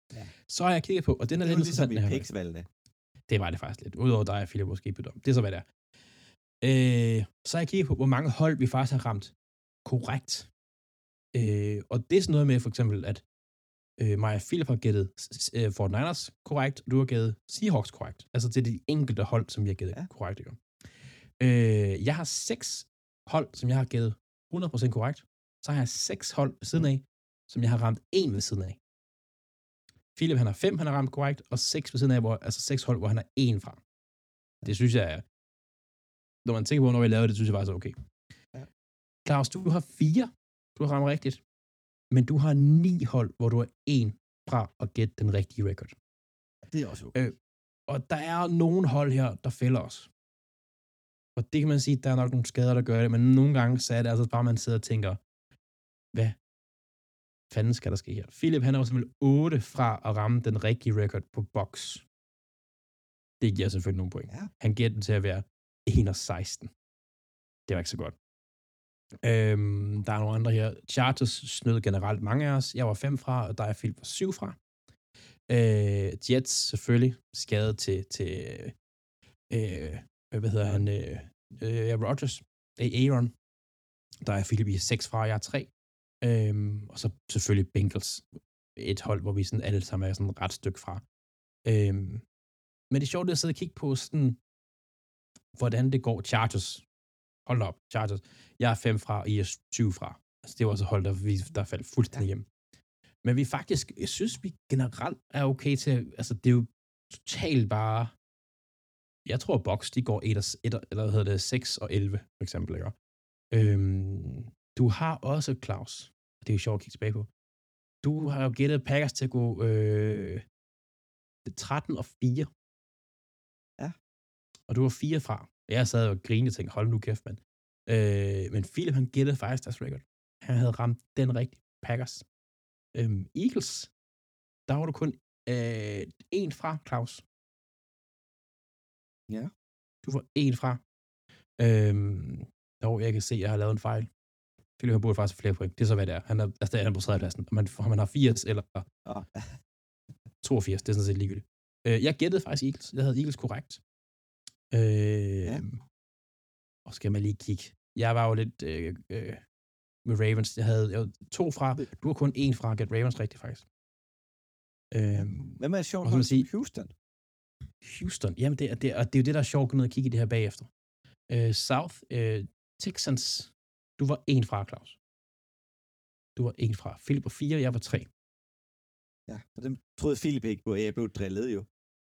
S2: Ja.
S3: Så har jeg kigget på, og den er
S2: Det
S3: lidt
S2: er jo ligesom
S3: interessant,
S2: i
S3: det her.
S2: piksvalgene.
S3: Det var det faktisk lidt. Udover dig, Philip, måske bedømt. Det er så, hvad det er. Så har jeg kigget på, hvor mange hold vi faktisk har ramt korrekt. Og det er sådan noget med, for eksempel, at mig og Philip har gættet 49ers korrekt, og du har gættet Seahawks korrekt. Altså til de enkelte hold, som vi har gættet korrekt. Ikke? Jeg har 6 hold, som jeg har gættet 100% korrekt. Så har jeg 6 hold ved siden af, som jeg har ramt 1 ved siden af. Philip, han har 5, han har ramt korrekt, og 6 ved siden af, altså 6 hold, hvor han er 1 fra. Det synes jeg er, når man tænker på, når vi lavede det, synes jeg faktisk er okay.
S2: Ja.
S3: Claus, du har 4, du har ramt rigtigt, men du har 9 hold, hvor du er 1 fra at gætte den rigtige record.
S2: Det er også okay.
S3: Og der er nogle hold her, der fælder os. Og det kan man sige, der er nok nogle skader, der gør det, men nogle gange så er det altså bare, man sidder og tænker, hvad fanden skal der ske her? Philip, han er jo simpelthen 8 fra at ramme den rigtige record på box. Det giver selvfølgelig nogle point.
S2: Ja.
S3: Han giver den til at være 1 og 16. Det var ikke så godt. Der er nogle andre her. Chargers snød generelt mange af os. Jeg var 5 fra, og der er Philip var 7 fra. Jets selvfølgelig skadet til hvad hedder han? Rodgers. Aaron. Der er Philip i 6 fra, jeg er 3. Og så selvfølgelig Bengals. Et hold, hvor vi sådan alle sammen er sådan et ret stykke fra. Men det er sjovt at sidde og kigge på sådan, hvordan det går. Chargers. Hold op, Chargers. Jeg er 5 fra, og I er 20 fra. Altså, det var også hold, der faldt fuldstændig hjem. Men vi faktisk, jeg synes, vi generelt er okay til, altså det er jo totalt bare, jeg tror, box, de går 6 og 11, for eksempel, ikke? Du har også, Claus, det er jo sjovt at kigge tilbage på, du har jo gættet Packers til at gå 13 og 4.
S2: Ja. Og
S3: du var 4 fra. Jeg sad og grinede og tænkte, hold nu kæft, mand. Men Philip, han gættede faktisk deres record. Han havde ramt den rigtige Packers. Eagles, der var du kun 1 fra, Claus.
S2: Ja.
S3: Du var 1 fra. Jeg kan se, at jeg har lavet en fejl. Philip, han burde faktisk flere point. Det er så, hvad det er. Han er på 3. pladsen. Om man har 80 eller 82, det er sådan set ligegyldigt. Jeg gættede faktisk Eagles. Jeg havde Eagles korrekt. Og skal man lige kigge. Jeg var jo lidt med Ravens. Jeg havde 2 fra. Du har kun 1 fra at gætte Ravens rigtigt, faktisk.
S2: Hvem er det sjovt, Houston?
S3: Houston, jamen det er jo det, der er sjovt at kigge i det her bagefter. South Texans, du var 1 fra, Claus. Du var 1 fra. Philip var 4, jeg var 3.
S2: Ja, og dem troede Philip ikke på, jeg blev drillet jo.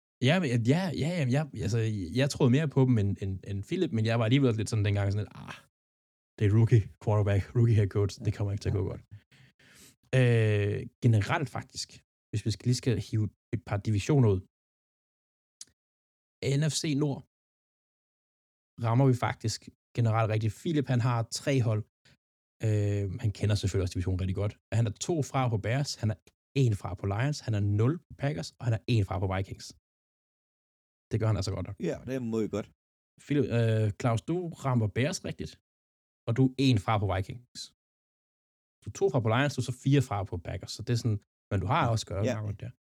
S3: Jeg troede mere på dem end Philip, men jeg var alligevel lidt sådan dengang sådan lidt, det er rookie quarterback, rookie head coach, det kommer ikke til at gå godt. Generelt faktisk, hvis vi lige skal hive et par divisioner ud, NFC Nord rammer vi faktisk generelt rigtigt. Philip, han har 3 hold. Han kender selvfølgelig også divisionen rigtig godt. Han er 2 fra på Bears, han er 1 fra på Lions, han er 0 på Packers, og han er 1 fra på Vikings. Det gør han altså godt nok.
S2: Ja, det er meget godt.
S3: Philip, Claus, du rammer Bears rigtigt, og du er 1 fra på Vikings. Du er 2 fra på Lions, du er så 4 fra på Packers, så det er sådan, men du har også gjort godt der.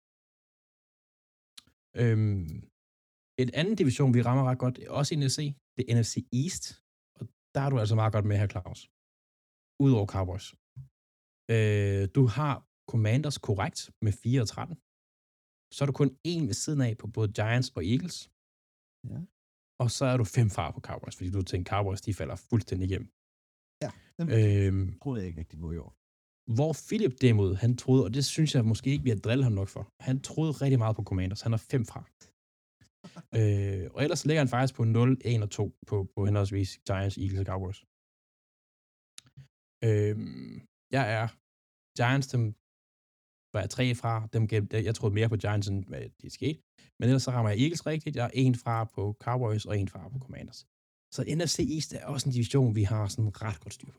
S3: Et andet division, vi rammer ret godt, også i NFC, det er NFC East, og der er du altså meget godt med her, Claus. Udover Cowboys. Du har Commanders korrekt med 4 og 13. Så er du kun 1 ved siden af på både Giants og Eagles.
S2: Ja.
S3: Og så er du 5 fra på Cowboys, fordi du tænker, Cowboys, de falder fuldstændig igennem.
S2: Ja, troede jeg ikke rigtig på i år.
S3: Hvor Philip derimod, han troede, og det synes jeg måske ikke, vi har drillet ham nok for, han troede rigtig meget på Commanders. Han er 5 fra. Og ellers ligger han faktisk på 0, 1 og 2 på henholdsvis Giants, Eagles og Cowboys. Jeg er Giants, dem var jeg 3 fra. Jeg troede mere på Giants, end hvad det skete. Men ellers så rammer jeg Eagles rigtigt. Jeg er 1 fra på Cowboys og 1 fra på Commanders. Så NFC East er også en division, vi har sådan ret godt styr på.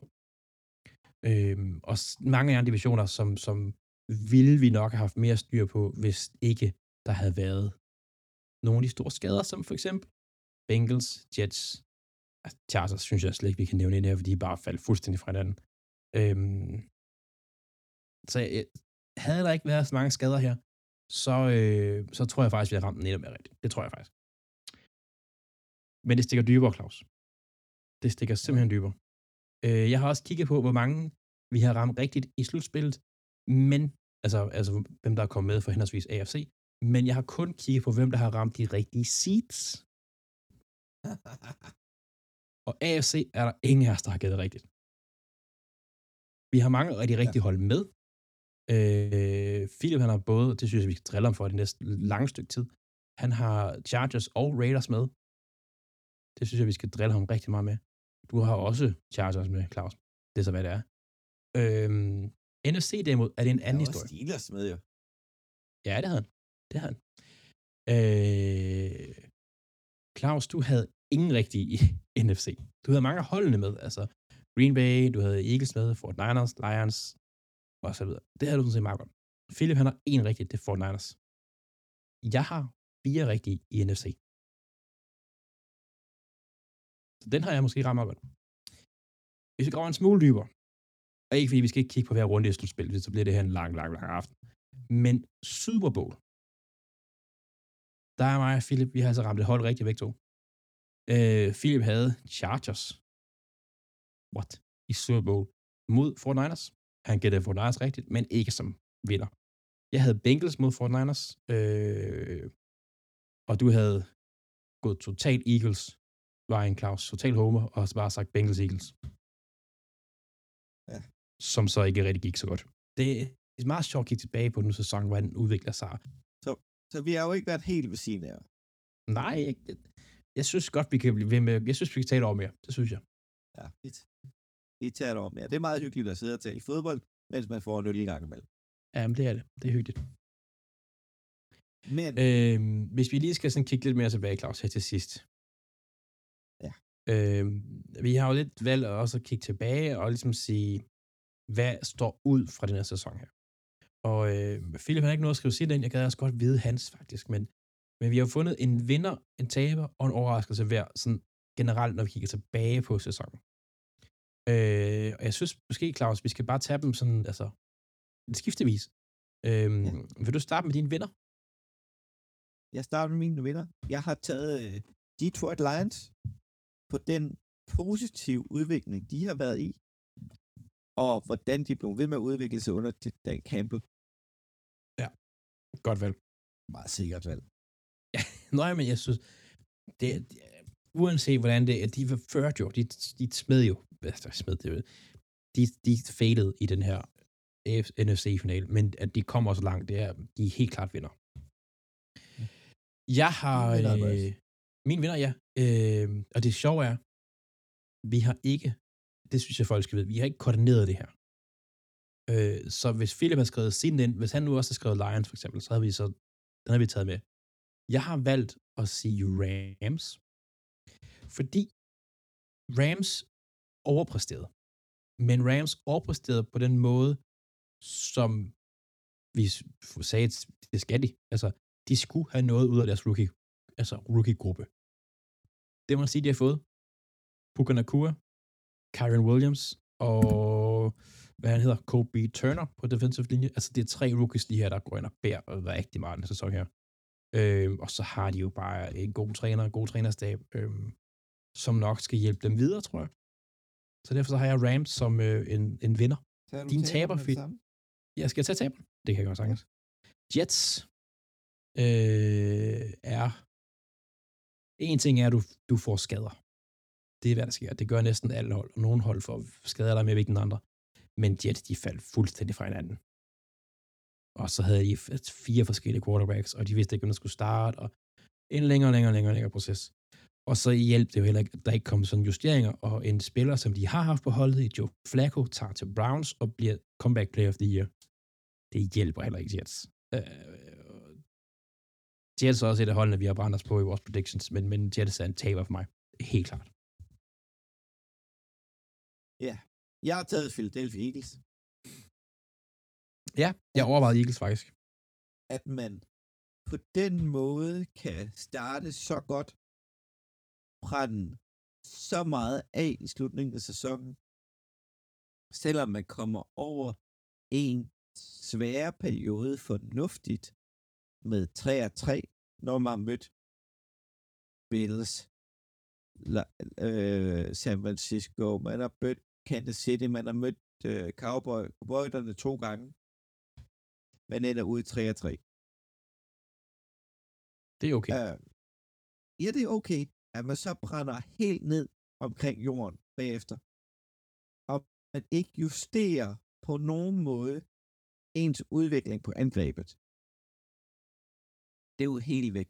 S3: Og mange andre divisioner, som ville vi nok have haft mere styr på, hvis ikke der havde været nogle af de store skader, som for eksempel Bengals, Jets, Chargers, synes jeg slet ikke, vi kan nævne ind her, fordi de bare faldt fuldstændig fra hinanden. Så havde der ikke været så mange skader her, så tror jeg faktisk, vi har ramt den endnu mere rigtigt. Det tror jeg faktisk. Men det stikker dybere, Claus. Det stikker simpelthen dybere. Jeg har også kigget på, hvor mange vi har ramt rigtigt i slutspillet, men, altså hvem der er kommet med for henholdsvis AFC, men jeg har kun kigget på, hvem der har ramt de rigtige seeds. Og AFC er der ingen af os, der har gættet rigtigt. Vi har mange af de rigtige hold med. Philip, han har både, det synes jeg, vi skal drille ham for det næste lange stykke tid, han har Chargers og Raiders med. Det synes jeg, vi skal drille ham rigtig meget med. Du har også Chargers med, Claus. Det er så, hvad det er. NFC derimod, er det en anden historie.
S2: Steelers med, jo.
S3: Ja, det havde han. Claus, du havde ingen rigtige i NFC. Du havde mange af holdene med, altså Green Bay, du havde Eagles med, 49ers, Lions, og så videre. Det havde du sådan set meget godt. Philip, han har en rigtig, det er 49ers. Jeg har 4 rigtige i NFC. Så den har jeg måske ramt meget godt. Hvis vi går en smule dybere, og ikke fordi vi skal ikke kigge på hver runde i slutspillet, så bliver det her en lang aften. Men Super Bowl, der er mig og Philip, vi har altså ramt et hold rigtigt væk to. Philip havde Chargers. What? I Super Bowl mod 49ers. Han gættede 49ers rigtigt, men ikke som vinder. Jeg havde Bengals mod 49ers, og du havde gået total Eagles, var en Claus, total homer, og bare sagt Bengals Eagles.
S2: Ja.
S3: Som så ikke rigtig gik så godt. Det er meget sjovt at kigge tilbage på den sæson, hvor den udvikler sig.
S2: Så vi har jo ikke været helt ved siden af.
S3: Nej, jeg synes godt, vi kan blive ved med. Jeg synes, vi kan tale over mere. Det synes jeg.
S2: Ja, vi tager det over mere. Det er meget hyggeligt at sidde og tale fodbold, mens man får en øl i gang imellem.
S3: Jamen, det er det. Det er hyggeligt.
S2: Men
S3: hvis vi lige skal sådan kigge lidt mere tilbage, Claus, her til sidst.
S2: Ja.
S3: Vi har jo lidt valgt at også kigge tilbage og ligesom sige, hvad står ud fra den her sæson her. Og Philip har ikke noget at skrive sit ind. Jeg gad også godt vide hans, faktisk. Men vi har fundet en vinder, en taber og en overraskelse hver, sådan generelt, når vi kigger tilbage på sæsonen. Og jeg synes måske, Claus, vi skal bare tage dem sådan, altså, skiftevis. Vil du starte med dine vinder?
S2: Jeg starter med mine vinder. Jeg har taget Detroit Lions på den positive udvikling, de har været i, og hvordan de blev ved med at udvikle sig under Dan Campbell.
S3: Ja, godt valg.
S2: Meget sikkert valg.
S3: Ja, nej, men jeg synes, uanset hvordan det er, de var ført jo, de smed jo, de failede i den her NFC-finale, men at de kommer så langt, de er helt klart vinder. Jeg har min vinder, ja. Og det sjove er, vi har ikke, det synes jeg folk skal vide, vi har ikke koordineret det her. Så hvis Philip har skrevet sin ind, hvis han nu også har skrevet Lions for eksempel, så har den har vi taget med. Jeg har valgt at sige Rams, fordi Rams overpræsterede. Men Rams overpræsterede på den måde, som vi sagde, det skal de. Altså, de skulle have noget ud af deres rookie-gruppe. Det må man sige, de har fået. Puka Nacua, Kyren Williams og hvad han hedder, Kobe Turner på defensive linje. Altså, det er 3 rookies lige her, der går ind og bærer rigtig meget den sæson her. Og så har de jo bare en god træner, en god trænerstab, som nok skal hjælpe dem videre, tror jeg. Så derfor så har jeg Rams som en vinder. Din taber, jeg skal tage taberen. Det kan jeg godt sagtens. Jets er en ting er, at du får skader. Det er hvad der sker. Det gør næsten alle hold, og nogle hold får skader der mere væk end andre. Men Jets, de faldt fuldstændig fra hinanden. Og så havde de 4 forskellige quarterbacks, og de vidste ikke, om der skulle starte, og en længere proces. Og så hjalp det jo heller ikke, at der ikke kom sådan justeringer, og en spiller, som de har haft på holdet, i Joe Flacco, tager til Browns og bliver comeback player of the year. Det hjælper heller ikke Jets. Jets er også et af holdene, vi har brændt os på i vores predictions, men Jets er en taber for mig. Helt klart.
S2: Ja, jeg har taget Philadelphia Eagles.
S3: Ja, jeg overvejede Eagles faktisk.
S2: At man på den måde kan starte så godt, brænde så meget af i slutningen af sæsonen, selvom man kommer over en svære periode fornuftigt med 3-3, når man har mødt Bills, San Francisco, man har mødt Kansas City, man har mødt Cowboyderne 2 gange. Man ender ude i 3-3.
S3: Det er okay.
S2: Ja, det er okay, at man så brænder helt ned omkring jorden bagefter. Og man ikke justerer på nogen måde ens udvikling på angrebet. Det er jo helt væk.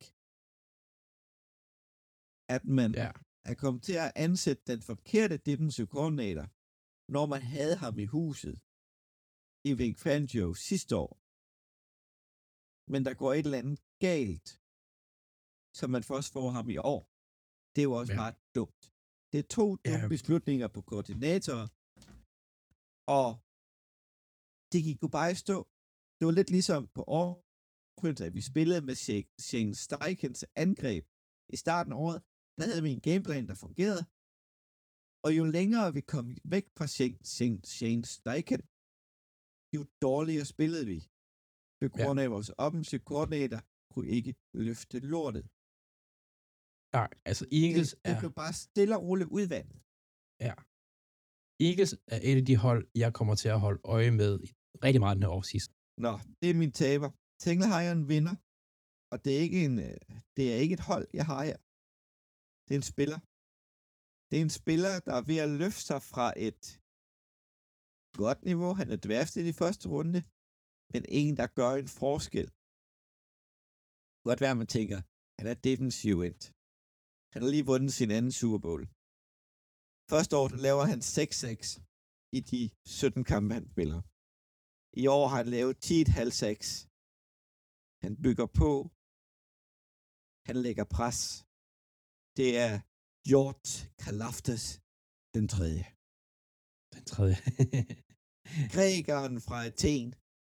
S2: At man er kommet til at ansætte den forkerte defensive coordinator, når man havde ham i huset i Vic Fangio sidste år. Men der går et eller andet galt, så man først får ham i år. Det er jo også bare dumt. Det er 2 dumme beslutninger på koordinatorer, og det gik jo bare i stå. Det var lidt ligesom på Orphans, at vi spillede med Shane Steichens angreb i starten af året. Der havde vi en gameplan, der fungerede. Og jo længere vi kom væk fra Shane Steichen, jo dårligere spillede vi. På grund af vores offensive koordinator kunne ikke løfte lortet.
S3: Nej, altså Eagles
S2: det blev bare stille og roligt udvandet.
S3: Ja. Eagles er et af de hold, jeg kommer til at holde øje med rigtig meget den her offseason.
S2: Nå, det er min taber. Tinglehejren vinder, og det er ikke et hold, jeg har her. Det er en spiller. Det er en spiller, der er ved at løfte sig fra et godt niveau. Han er draftet i første runde, men en, der gør en forskel. Godt være, man tænker, han er defensiv end. Han har lige vundet sin anden Super Bowl. Første år laver han 6-6 i de 17 kampe, han spiller. I år har han lavet 10,5-6. Han bygger på. Han lægger pres. Det er George Karlaftis, den tredje.
S3: Den tredje.
S2: Grækeren fra Athen,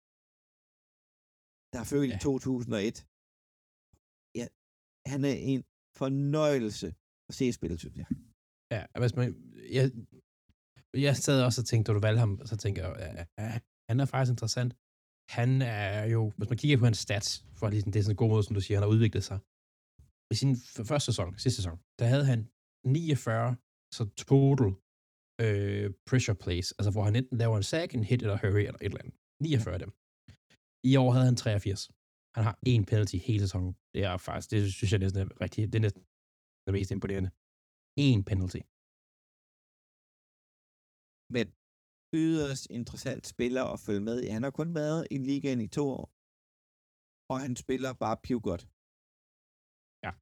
S2: der er født i 2001. Ja, han er en fornøjelse at se spillet, synes jeg.
S3: Ja, hvis man, jeg sad også og tænkte, da du valgte ham, så tænker jeg, han er faktisk interessant. Han er jo, hvis man kigger på hans stats, for ligesom, det er sådan en god måde, som du siger, han har udviklet sig. I sin første sæson, sidste sæson, der havde han 49 så total pressure plays, altså hvor han enten laver en sack, en hit eller hurry eller et eller andet. 49 af dem. I år havde han 83. Han har 1 penalty hele sæsonen. Det er faktisk, det synes jeg næsten er rigtigt, det er næsten det mest imponerende. 1 penalty.
S2: Men yderst interessant spiller at følge med i. Han har kun været i ligaen i 2 år. Og han spiller bare pivgodt.
S3: Ja.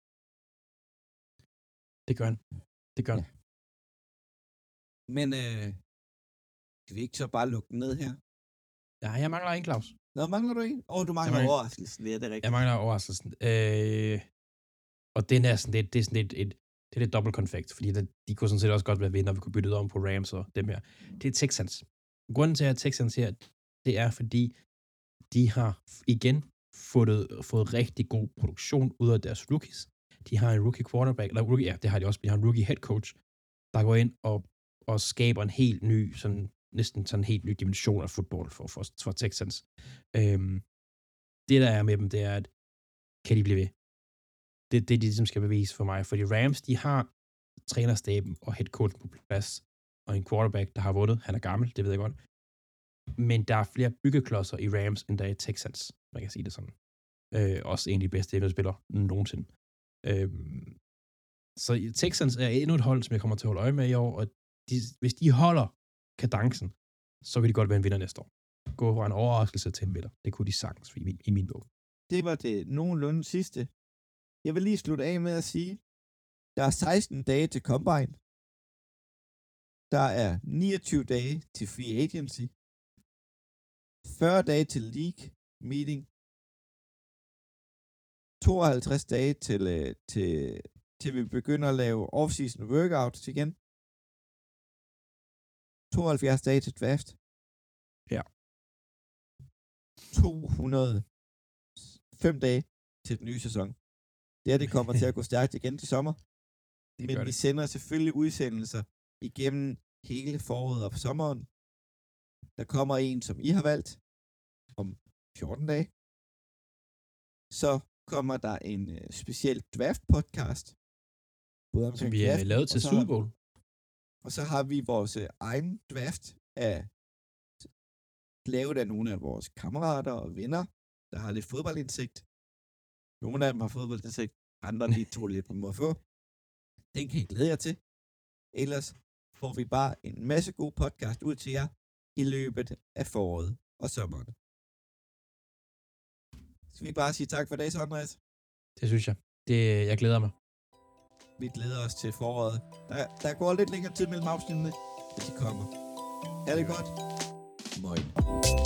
S3: Det gør han. Det gør han.
S2: Ja. Men skal vi ikke så bare lukke den ned her?
S3: Ja, jeg mangler en, Claus.
S2: Nå, mangler du en? Du mangler overraskelsen. Ja, det er rigtigt.
S3: Jeg mangler overraskelsen. Og den er sådan lidt, det er sådan lidt dobbelt konfekt, fordi de kunne sådan set også godt være vinder, vi kunne bytte det om på Rams og dem her. Det er Texans. Grunden til, at Texans her, det er, fordi de har igen fået rigtig god produktion ud af deres rookies. De har en rookie quarterback, eller rookie, ja, det har de også, de har en rookie head coach, der går ind og skaber en helt ny, sådan, næsten sådan en helt ny dimension af fodbold for Texans. Det, der er med dem, det er, at kan de blive ved? Det er det, de ligesom skal bevise for mig. Fordi Rams, de har trænerstaben og head coach på plads, og en quarterback, der har vundet. Han er gammel, det ved jeg godt. Men der er flere byggeklodser i Rams, end der er i Texans. Man kan sige det sådan. Også en af de bedste NFL-spillere nogensinde. Så Texans er endnu et hold, som jeg kommer til at holde øje med i år, og hvis de holder kadencen, så kan de godt være en vinder næste år. Gå fra en overraskelse til en vinder. Det kunne de sagtens i min bog.
S2: Det var det nogenlunde sidste. Jeg vil lige slutte af med at sige, der er 16 dage til Combine. Der er 29 dage til Free Agency. 40 dage til League Meeting. 52 dage til vi begynder at lave off-season workouts igen. 72 dage til draft.
S3: Ja.
S2: 205 dage til den nye sæson. Det kommer til at gå stærkt igen til sommer. Men vi sender selvfølgelig udsendelser igennem hele foråret og sommeren. Der kommer en, som I har valgt. om 14 dage, så kommer der en speciel draft-podcast. Både
S3: Som vi har lavet til Super Bowl.
S2: Og så har vi vores egen draft lavet af nogle af vores kammerater og venner, der har lidt fodboldindsigt. Nogle af dem har fodboldindsigt, andre de tog lidt på at få. Den kan I glæde jer til. Ellers får vi bare en masse god podcast ud til jer i løbet af foråret og sommeren. Skal vi bare sige tak for i dag, så Andreas?
S3: Det synes jeg. Jeg glæder mig.
S2: Vi glæder os til foråret. Der går lidt længere tid mellem afsnittene, men de kommer. Er det godt? Moin.